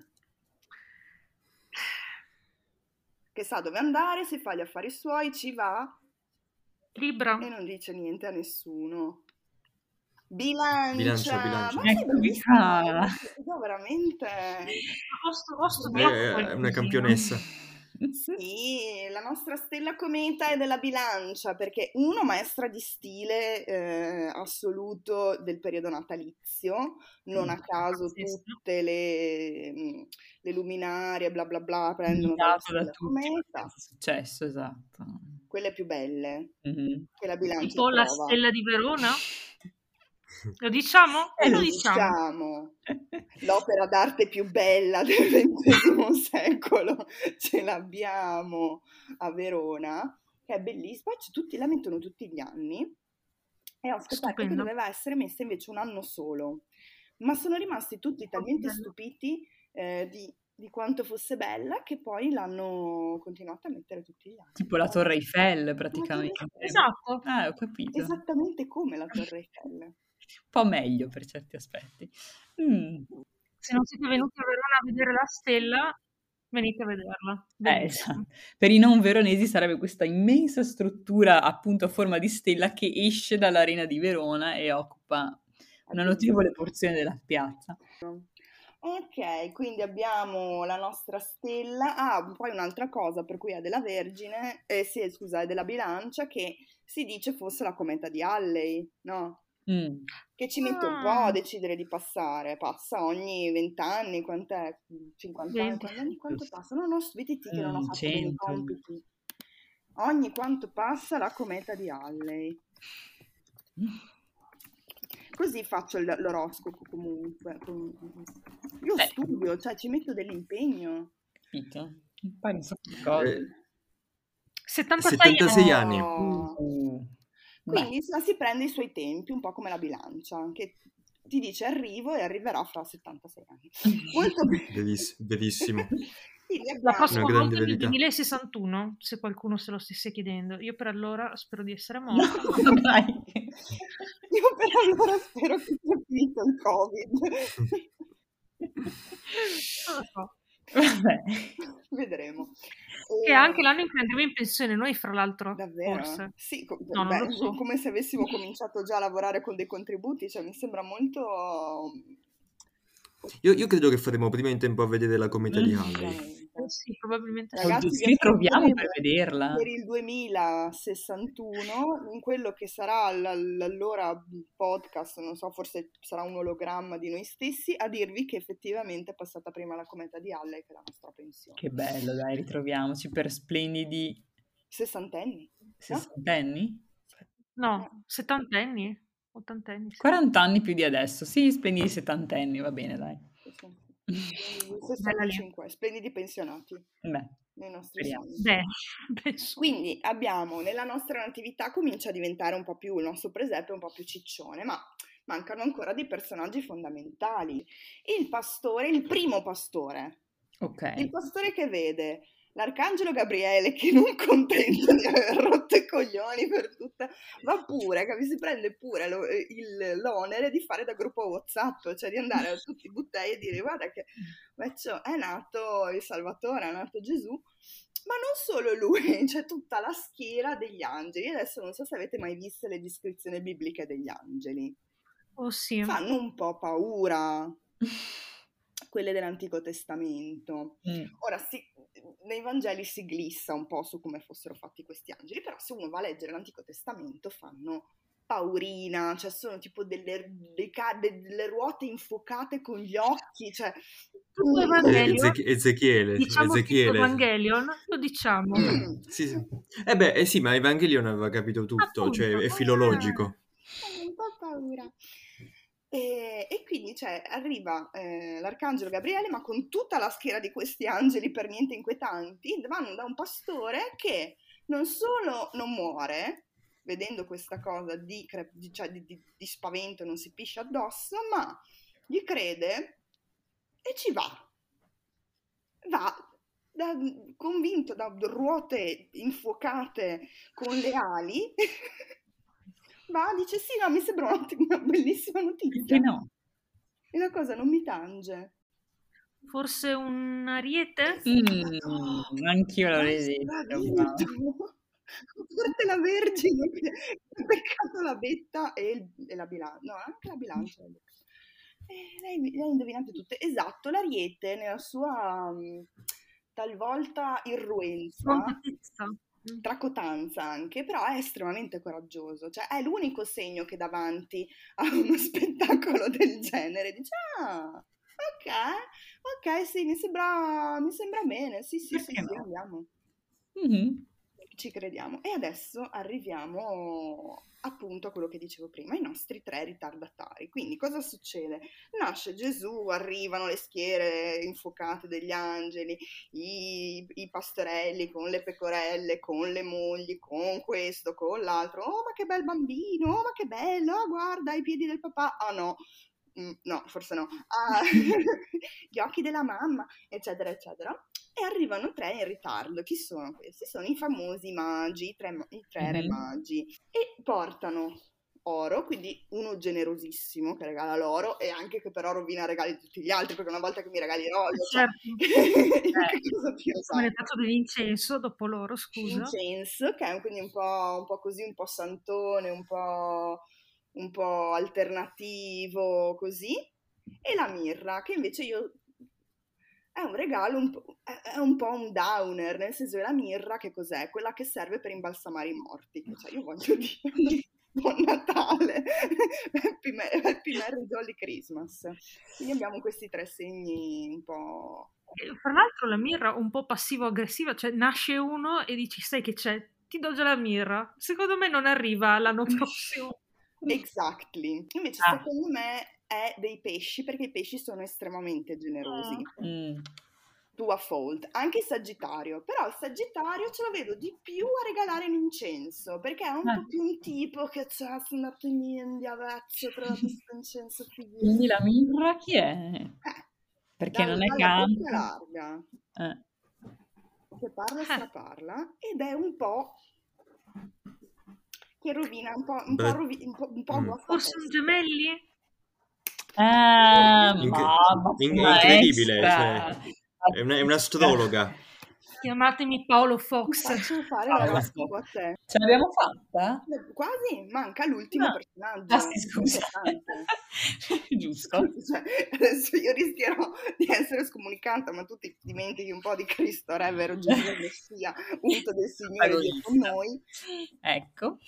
Che sa dove andare, si fa gli affari suoi, ci va Libra. e non dice niente a nessuno. Bilancia, Bilancia, bilancia. ma sei Eccomi bellissima, qua. io veramente... Ho, stu- ho Eh, studiato È una qualcosina. campionessa. Sì, la nostra stella cometa è della bilancia, perché uno, maestra di stile eh, assoluto del periodo natalizio, non a caso Pazzesco. tutte le, mm, le luminarie, bla bla bla, prendono dalla Imitato da stella tutti, cometa, abbastanza successo, esatto. quelle più belle, Mhm. che la bilancia Tipo la trova. stella di Verona? Lo diciamo? Eh, Lo Lo diciamo. diciamo, l'opera d'arte più bella del ventesimo secolo ce l'abbiamo a Verona, che è bellissima, poi c- tutti, la mettono tutti gli anni e ho scoperto che Stupendo. doveva essere messa invece un anno solo, ma sono rimasti tutti Oh, che talmente bello. stupiti eh, di, di quanto fosse bella che poi l'hanno continuata a mettere tutti gli anni. Tipo la Torre Eiffel, Come la Torre praticamente. Eiffel, Esatto. Ah, ho capito. esattamente come la Torre Eiffel. Un po' meglio per certi aspetti. Mm. Se non siete venuti a Verona a vedere la stella, venite a vederla. Eh, Bellissimo. esatto. Per i non veronesi sarebbe questa immensa struttura appunto a forma di stella che esce dall'Arena di Verona e occupa una notevole porzione della piazza. Ok, quindi abbiamo la nostra stella. Ah, poi un'altra cosa per cui è della Vergine, eh, sì, scusa, è della bilancia, che si dice fosse la cometa di Halley, no? Mm. Che ci mette un po' a Ah, decidere di passare. Passa ogni venti anni, quant'è? cinquanta anni, venti. quando- ogni quanto passa? No, no, vedi che non ho Mm, fatto bene i cento. compiti. Ogni quanto passa la cometa di Halley. Così faccio il- l'oroscopo comunque. com- Io Eh, studio, cioè ci metto dell'impegno. capito? Impari un sacco di cose. Eh, settantasei anni. settantasei anni. Oh. Uh, beh, Quindi la si prende i suoi tempi, un po' come la bilancia, che ti dice arrivo e arriverà fra settantasei anni. Molto bene. Bellissimo, bellissimo. Quindi La abbiamo... prossima Una grande volta è nel verità. duemilasessantuno, se qualcuno se lo stesse chiedendo. Io per allora spero di essere no, morta. dai. Io per allora spero che sia finito il Covid. Non lo so. Vabbè. Vedremo. Che è E- anche l'anno in cui andremo in pensione noi, fra l'altro, Davvero? forse. Sì, co- No, non beh, lo so. come se avessimo cominciato già a lavorare con dei contributi, cioè mi sembra molto... Io, io credo che faremo prima in tempo a vedere la cometa di Mm. Halley. Sicuramente. Eh sì, probabilmente sì. Ragazzi, Oddio, ci vi ritroviamo per ascolteremo vederla. per il duemilasessantuno, in quello che sarà l- l'allora podcast, non so, forse sarà un ologramma di noi stessi, a dirvi che effettivamente è passata prima la cometa di Halley che la nostra pensione. Che bello, dai, ritroviamoci per splendidi Sessantenni, no? sessantenni? No, settantenni? Ottantenni, sì. quaranta anni più di adesso, sì, splendidi settantenni, va bene, dai. sessantacinque, splendidi pensionati Beh, nei nostri speriamo. sogni. Beh, penso. Quindi abbiamo nella nostra natività comincia a diventare un po' più, il nostro presepe un po' più ciccione, ma mancano ancora dei personaggi fondamentali. Il pastore, il primo pastore, Ok. il pastore che vede l'arcangelo Gabriele che non contento di aver rotto i coglioni per tutta, va pure, capi? Si prende pure lo- il- l'onere di fare da gruppo WhatsApp, cioè di andare a tutti i buttei e dire guarda che vecchio, è nato il Salvatore, è nato Gesù, ma non solo lui, c'è tutta la schiera degli angeli. Adesso non so se avete mai visto le descrizioni bibliche degli angeli, Oh sì. fanno un po' paura quelle dell'Antico Testamento. Mm. Ora, si, nei Vangeli si glissa un po' su come fossero fatti questi angeli, però se uno va a leggere l'Antico Testamento fanno paurina, cioè sono tipo delle, dei ca- delle ruote infuocate con gli occhi, cioè... Tutto Eh, Evangelion, Ezech- Ezechiele, diciamo tutto Ezechiele. Evangelion, lo diciamo. Mm. Sì, sì. Eh beh, eh sì, ma Evangelion aveva capito tutto, Appunto. cioè è Eh. filologico. Ho un po' paura. E, e quindi cioè, arriva eh, l'arcangelo Gabriele, ma con tutta la schiera di questi angeli per niente inquietanti, vanno da un pastore che non solo non muore, vedendo questa cosa di, cre- di, cioè, di, di, di spavento, non si piscia addosso, ma gli crede e ci va. Va da- convinto da ruote infuocate con le ali. Va, dice sì, no, mi sembra una, una bellissima notizia. Perché no? E la cosa non mi tange. Forse un ariete? Mm, anch'io l'avrei detto. detto. Forse la Vergine che ha beccato la vetta e, il, e la bilancia. No, anche la bilancia. E lei, lei ha indovinate tutte. Esatto, l'ariete nella sua um, talvolta irruenza, Scontatezza. tracotanza anche, però è estremamente coraggioso, cioè è l'unico segno che davanti a uno spettacolo del genere dice ah, ok, ok, sì, mi sembra, mi sembra bene, sì, sì, sì, Perché sì, no? andiamo. Mhm. Ci crediamo. E adesso arriviamo appunto a quello che dicevo prima, i nostri tre ritardatari. Quindi cosa succede? Nasce Gesù, arrivano le schiere infuocate degli angeli, i, i pastorelli con le pecorelle, con le mogli, con questo, con l'altro. Oh, ma che bel bambino! Oh, ma che bello! Oh, guarda i piedi del papà! Ah no! Mm, no, forse no. Ah, gli occhi della mamma, eccetera, eccetera. E arrivano tre in ritardo. Chi sono questi? Sono i famosi magi, i tre, i tre re Mhm. magi. E portano oro, quindi uno generosissimo che regala l'oro e anche che però rovina i regali di tutti gli altri, perché una volta che mi regali l'olio, cioè, Certo. io che Eh, cosa ti ho Come nel usato? caso dell'incenso, dopo loro, scusa. Incenso, che è quindi un po', un po' così, un po' santone, un po', un po' alternativo, così. E la mirra, che invece io è un regalo, un po', è è un po' un downer, nel senso che la mirra che cos'è? Quella che serve per imbalsamare i morti, che cioè io voglio dire, buon Natale, Happy, Me- Happy Merry Jolly Christmas. Quindi abbiamo questi tre segni un po'... E, fra l'altro la mirra un po' passivo-aggressiva, cioè nasce uno e dici sai che c'è, ti do già la mirra. Secondo me non arriva l'anno prossimo. Exactly. Invece Ah. secondo me è dei pesci, perché i pesci sono estremamente generosi. Mm. Twofold, anche il Sagittario, però il Sagittario ce lo vedo di più a regalare l'incenso, perché è un Ah. po' più un tipo che c'ha, sono andato in India, vezzo, ho trovato questo incenso fighissimo. Quindi la mirra chi è? Eh, Perché dal- non è dalla bocca campo. larga, Eh. che parla e Eh. straparla, ed è un po' che rovina, un po', un po', Beh, rovi- un po', un po' mm. Forse sono guastapeste. gemelli? Ah, Inc- mamma, in- che incredibile, maestra. cioè, è una- è un'astrologa. Chiamatemi Paolo Ti Fox. faccio fare Paola l'oroscopo a Fox. te. Ce l'abbiamo fatta? Quasi, manca l'ultimo No. personaggio Ah sì, scusa. importante. Giusto. Scusa, cioè, adesso io rischierò di essere scomunicata, ma tu ti dimentichi un po' di Cristo, Re, vero Gesù, Messia, unto del Signore Dio con Protagonista. noi. Ecco.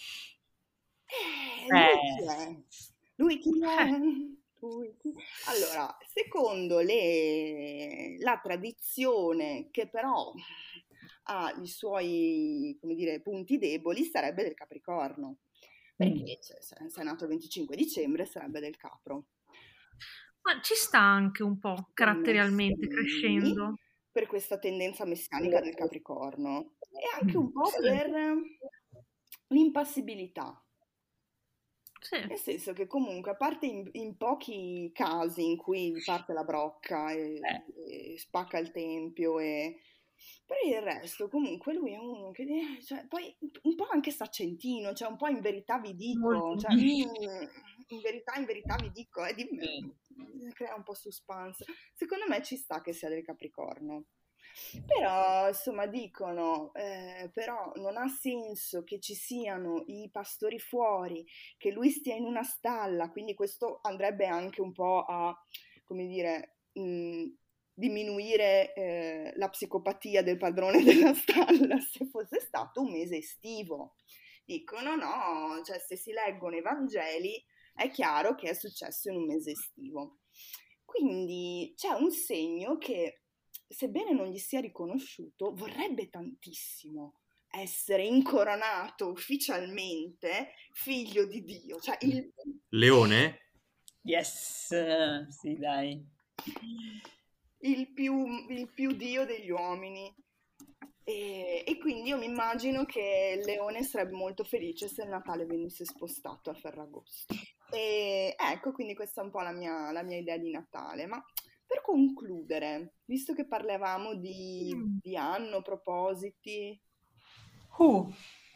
Eh, lui chi Eh. è? Lui chi è? Lui chi- Allora, secondo le- la tradizione, che però ha i suoi, come dire, punti deboli, sarebbe del Capricorno. Perché cioè, se se è nato il venticinque dicembre sarebbe del Capro. Ma ci sta anche un po' caratterialmente Sì, crescendo. per questa tendenza messianica del Capricorno e anche Mm. un po' per l'impassibilità. Sì. Nel senso che comunque, a parte in, in pochi casi in cui gli parte la brocca e, Eh. e spacca il tempio, e... per il resto comunque lui è uno che, eh, cioè, poi un po' anche saccentino, cioè un po' in verità vi dico, Molto. cioè, mm, in verità, in verità vi dico, e di, crea un po' suspense. Secondo me ci sta che sia del Capricorno. Però, insomma, dicono, eh, però non ha senso che ci siano i pastori fuori, che lui stia in una stalla, quindi questo andrebbe anche un po' a, come dire, mh, diminuire eh, la psicopatia del padrone della stalla se fosse stato un mese estivo. Dicono no, cioè se si leggono i Vangeli è chiaro che è successo in un mese estivo. Quindi c'è un segno che, sebbene non gli sia riconosciuto, vorrebbe tantissimo essere incoronato ufficialmente figlio di Dio, cioè il, Leone? Yes, sì, dai. il più, il più Dio degli uomini. E, e quindi io mi immagino che il leone sarebbe molto felice se il Natale venisse spostato a Ferragosto. E ecco, quindi questa è un po' la mia, la mia idea di Natale. Ma per concludere, visto che parlavamo di, Mm. di anno, propositi, Uh,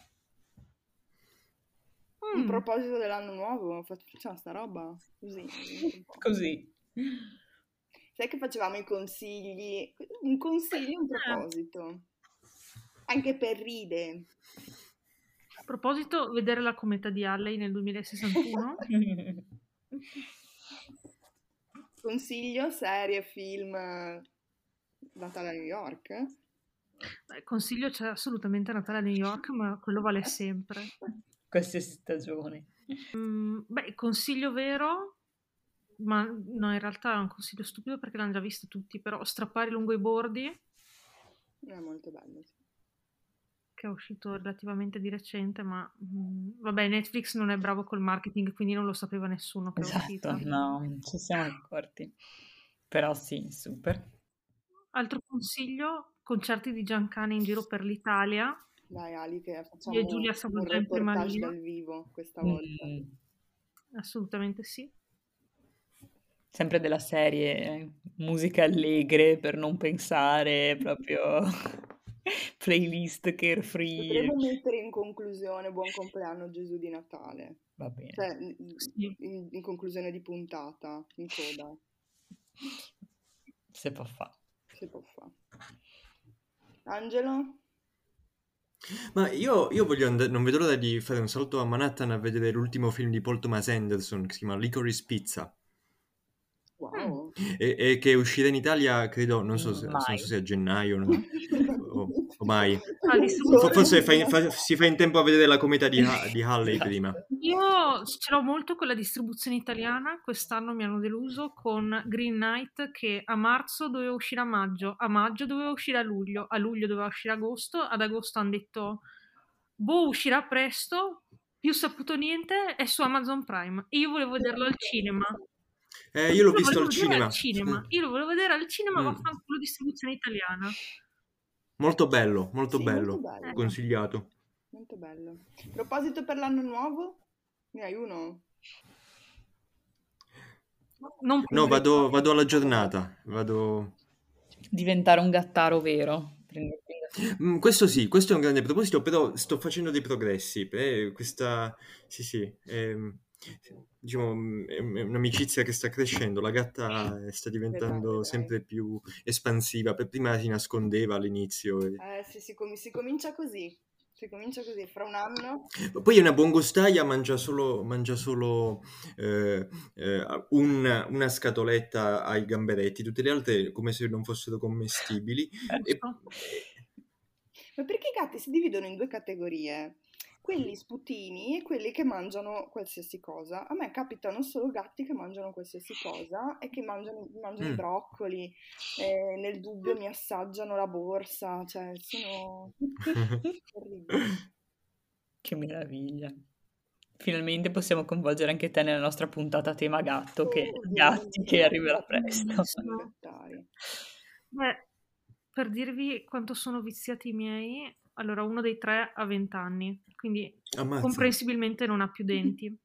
un Mm. proposito dell'anno nuovo, facciamo sta roba così. un po'. così. Sai che facevamo i consigli? Un consiglio, un proposito. Anche per ride. A proposito, vedere la cometa di Halley nel duemilasessantuno. Consiglio, serie, film, Natale a New York. Beh, consiglio c'è assolutamente Natale a New York, ma quello vale sempre. Qualsiasi stagione. Mm, beh, consiglio vero, ma no, in realtà è un consiglio stupido perché l'hanno già visto tutti, però Strappare lungo i bordi, È molto bello, sì. che è uscito relativamente di recente, ma mm, vabbè, Netflix non è bravo col marketing, quindi non lo sapeva nessuno che è Esatto, uscita. no, non ci siamo accorti. Però sì, super. Altro consiglio, concerti di Giancane in giro per l'Italia. Dai Ali, che Io e facciamo Giulia siamo un già in prima reportage linea. dal vivo questa volta. Mm, Assolutamente sì. sempre della serie eh, musiche allegre per non pensare, proprio playlist carefree. Potremmo mettere in conclusione Buon compleanno Gesù di Natale. Va bene. Cioè, in, Sì. in- in conclusione di puntata, in coda, Se può fare. se può fare. Angelo? Ma io, io voglio andare, non vedo l'ora di fare un salto a Manhattan a vedere l'ultimo film di Paul Thomas Anderson che si chiama Licorice Pizza Wow. e, e che uscirà in Italia, credo, non so se, non so Mai. se a gennaio no? o, o mai. Ah, di Fo- sicuro. Forse fa- fa- si fa in tempo a vedere la cometa di, Ha- di Halley Esatto. prima. Io ce l'ho molto con la distribuzione italiana, quest'anno mi hanno deluso con Green Knight che a marzo doveva uscire a maggio, a maggio doveva uscire a luglio, a luglio doveva uscire a agosto, ad agosto hanno detto boh uscirà presto, più saputo niente, è su Amazon Prime e io volevo vederlo al cinema. Eh, io l'ho Io lo visto volevo al vedere cinema. al cinema, io lo volevo vedere al cinema, Mm. vaffanculo distribuzione italiana. Molto bello, molto Sì, bello, molto bello. consigliato. Molto bello. Proposito per l'anno nuovo? Ne hai uno? Non No, pubblico. vado, vado alla giornata, vado... Diventare un gattaro vero. Prenderti in gattaro. Mm, questo sì, questo è un grande proposito, però sto facendo dei progressi. eh, questa, sì, sì, ehm, diciamo, mm, è è un'amicizia che sta crescendo. La gatta eh, sta diventando Vedrai, sempre vedrai. più espansiva. Per prima si nascondeva all'inizio. e- Eh sì, si, com- si comincia così. Si comincia così. Fra un anno. Ma poi è una buongustaia, mangia solo, mangia solo eh, eh, un- una scatoletta ai gamberetti, tutte le altre come se non fossero commestibili. E, Giusto. Ma perché i gatti si dividono in due categorie? Quelli sputini e quelli che mangiano qualsiasi cosa. A me capitano solo gatti che mangiano qualsiasi cosa e che mangiano, mangiano i Mm. broccoli, e nel dubbio mi assaggiano la borsa, cioè sono terribili. Che meraviglia. Finalmente possiamo coinvolgere anche te nella nostra puntata a tema gatto, che Oh, gatti ovviamente, che arriverà gatti presto. bellissimi, gattari. Beh, per dirvi quanto sono viziati i miei, allora uno dei tre ha venti anni, quindi Ammazza. comprensibilmente non ha più denti.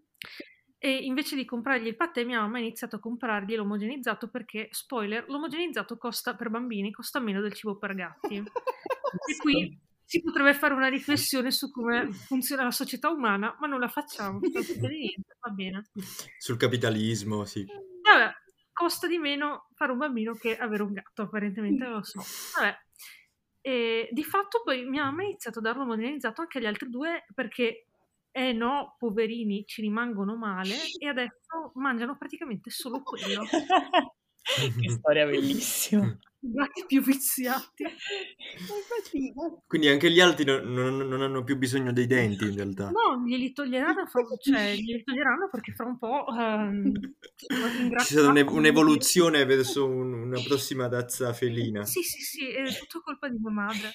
E invece di comprargli il patè, mia mamma ha iniziato a comprargli l'omogenizzato perché, spoiler, l'omogenizzato costa per bambini costa meno del cibo per gatti. E qui si potrebbe fare una riflessione su come funziona la società umana, ma non la facciamo, non succede niente, va bene. Sul capitalismo, sì. Vabbè, costa di meno fare un bambino che avere un gatto, apparentemente, lo so. Vabbè. E di fatto poi mia mamma ha iniziato a darlo modernizzato anche agli altri due perché, eh no, poverini, ci rimangono male e adesso mangiano praticamente solo quello. Che storia bellissima. I gatti più viziati. Ma infatti, i gatti- Quindi anche gli altri non, non- non hanno più bisogno dei denti, in realtà. No, glieli toglieranno, fra- cioè, glieli toglieranno perché fra un po' ehm, sono Ci ingrassati. sarà un'e- un'evoluzione verso un- una prossima razza felina. Sì, sì, sì, è tutto colpa di mia madre.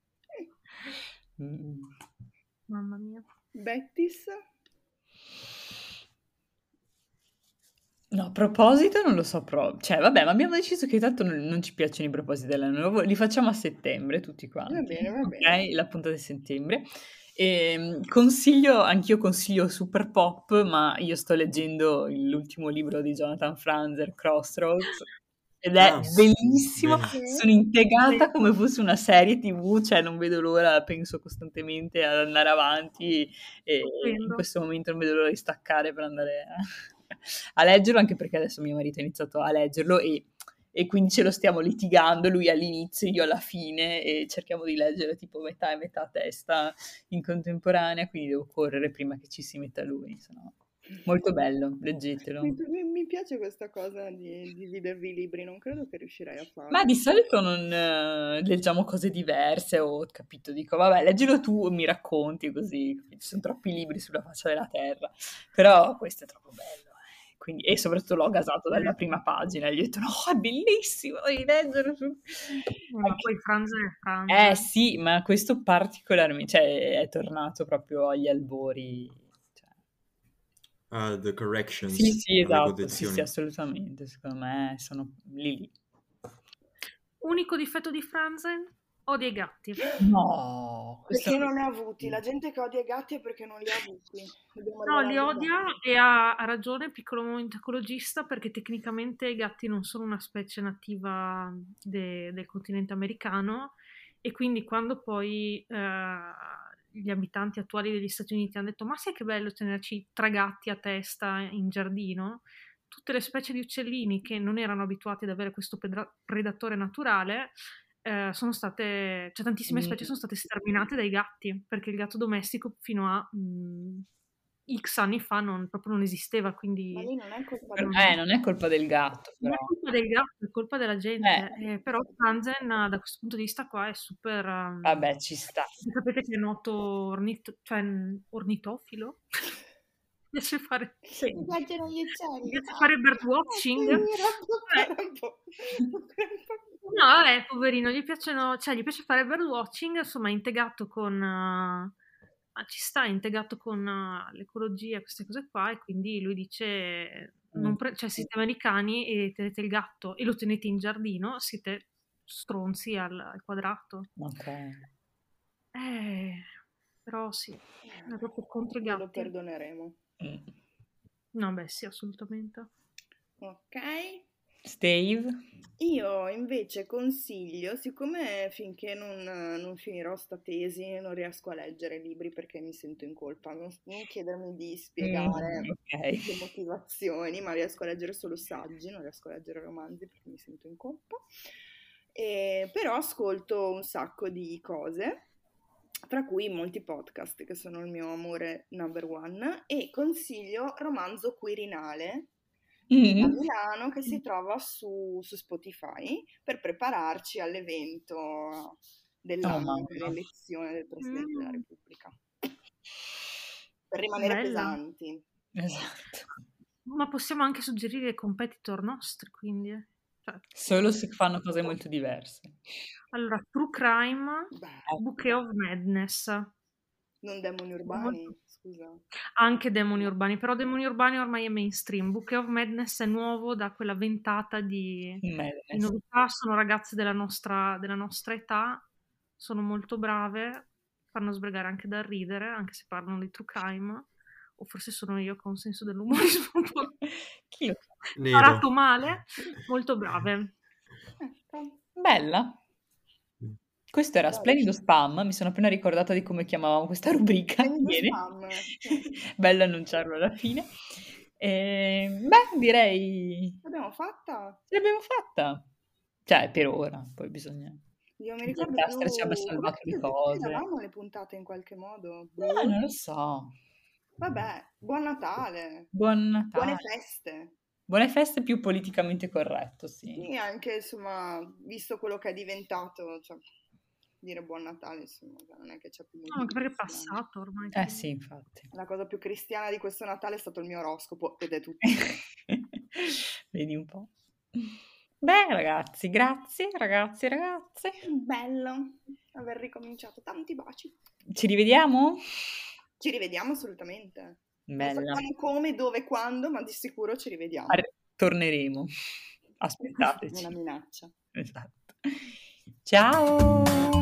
Mm. Mamma mia. Bettis? No, a proposito non lo so proprio. Cioè, vabbè, ma abbiamo deciso che tanto non, non ci piacciono i propositi dell'anno nuovo, li facciamo a settembre tutti quanti. Va bene, va Ok, bene. la puntata di settembre. E, consiglio, anch'io consiglio super pop, ma io sto leggendo l'ultimo libro di Jonathan Franzer, Crossroads, ed è Ah, bellissimo. bene. Sono impiegata come fosse una serie tivù, cioè non vedo l'ora, penso costantemente ad andare avanti e in Stupendo. questo momento non vedo l'ora di staccare per andare a, a leggerlo, anche perché adesso mio marito ha iniziato a leggerlo e, e quindi ce lo stiamo litigando, lui all'inizio, io alla fine, e cerchiamo di leggere tipo metà e metà a testa in contemporanea, quindi devo correre prima che ci si metta lui, sennò Molto bello, leggetelo. Mi, mi- mi piace questa cosa di dividervi i libri, non credo che riuscirei a Ma farlo. di solito non eh, leggiamo cose diverse, ho capito, dico, vabbè, leggilo tu, mi racconti così, capito? Ci sono troppi libri sulla faccia della terra, però questo è troppo bello, eh. Quindi, e soprattutto l'ho gasato dalla prima pagina, e gli ho detto, no, è bellissimo, devi leggere su. Ma Anche- poi Franz è Franz. Eh sì, ma questo particolarmente, cioè è tornato proprio agli albori. Cioè. Ah, the corrections, Sì, sì, le esatto, sì, correzioni. sì, assolutamente, secondo me sono lì lì. Unico difetto di Franzen? Odia i gatti. No, questo Perché non ne ha avuti? La gente che odia i gatti è perché non li ha avuti. Dobbiamo No, li regalarli odia bene. e ha, ha ragione, piccolo momento ecologista, perché tecnicamente i gatti non sono una specie nativa de- del continente americano e quindi quando poi eh, gli abitanti attuali degli Stati Uniti hanno detto ma sai che bello tenerci tre gatti a testa in giardino, tutte le specie di uccellini che non erano abituati ad avere questo pedra- predatore naturale eh, sono state, cioè tantissime specie sono state sterminate dai gatti, perché il gatto domestico fino a mh, X anni fa non, proprio non esisteva, Ma quindi lì non è colpa Eh, del non è colpa del gatto, non però. è colpa del gatto, è colpa della gente. Eh, Eh, però Franzen da questo punto di vista qua è super... um, vabbè, ci sta. sapete che è noto ornito- cioè, mh, ornitofilo? Mi piace fare... Sì. Mi piacciono gli Mi uccelli. piace fare birdwatching. Ah, sì, Eh, era un po'. No, vabbè, poverino, gli piacciono, cioè, gli piace fare birdwatching, insomma, è integrato con, uh, ah, ci sta, è integrato con uh, l'ecologia, queste cose qua, e quindi lui dice, non pre- cioè, siete americani e tenete il gatto e lo tenete in giardino, siete stronzi al, al quadrato. Ok. Eh, però sì, è proprio contro i Glielo gatti. perdoneremo. Mm. No, beh, sì, assolutamente. Ok. Steve? Io invece consiglio, siccome finché non, non finirò sta tesi non riesco a leggere libri perché mi sento in colpa, non, non chiedermi di spiegare Mm, ok. le motivazioni, ma riesco a leggere solo saggi, non riesco a leggere romanzi perché mi sento in colpa. E, però ascolto un sacco di cose, tra cui molti podcast che sono il mio amore number one, e consiglio Romanzo Quirinale di Da Mm. Milano che si trova su, su Spotify per prepararci all'evento della, Oh, mamma. dell'elezione del Presidente della Mm, Repubblica. Per rimanere bella. pesanti. Esatto. Ma possiamo anche suggerire competitor nostri, quindi. eh. Cioè, Solo se fanno cose molto diverse. allora, True Crime, Beh, Bouquet of Madness. non demoni urbani, Molto- scusa. Anche Demoni Urbani, però Demoni Urbani ormai è mainstream. Bouquet of Madness è nuovo da quella ventata di, di Madness. novità. Sono ragazze della nostra, della nostra età, sono molto brave, fanno sbregare anche da ridere, anche se parlano di true crime. O forse sono io con un senso dell'umorismo un po' Chi lo sa? Nero. imparato male, molto brave. Ecco. Bella. Questo era Dai. Splendido Spam, mi sono appena ricordata di come chiamavamo questa rubrica. Splendido Bene. Spam, sì. Bello annunciarlo alla fine. E, beh, direi L'abbiamo fatta? ce l'abbiamo fatta. Cioè, per ora, poi bisogna... Io mi ricordo Zacastra più... ci abbia Come salvato le ci cose. davamo le puntate in qualche modo? No, non lo so. Vabbè, buon Natale. Buon Natale. Buone feste. Buone feste più politicamente corretto, sì. Sì, anche insomma, visto quello che è diventato, cioè, dire buon Natale, insomma, non è che c'è più No, molto anche di perché è cristiano. passato ormai. Eh quindi. sì, infatti. La cosa più cristiana di questo Natale è stato il mio oroscopo, ed è tutto. Vedi un po'. Beh, ragazzi, grazie, ragazzi e ragazze. Bello aver ricominciato. Tanti baci. Ci rivediamo? Ci rivediamo assolutamente. Non Bella. sappiamo come, dove, quando, ma di sicuro ci rivediamo. Ar- torneremo. Aspettateci. Una minaccia. Esatto. Ciao!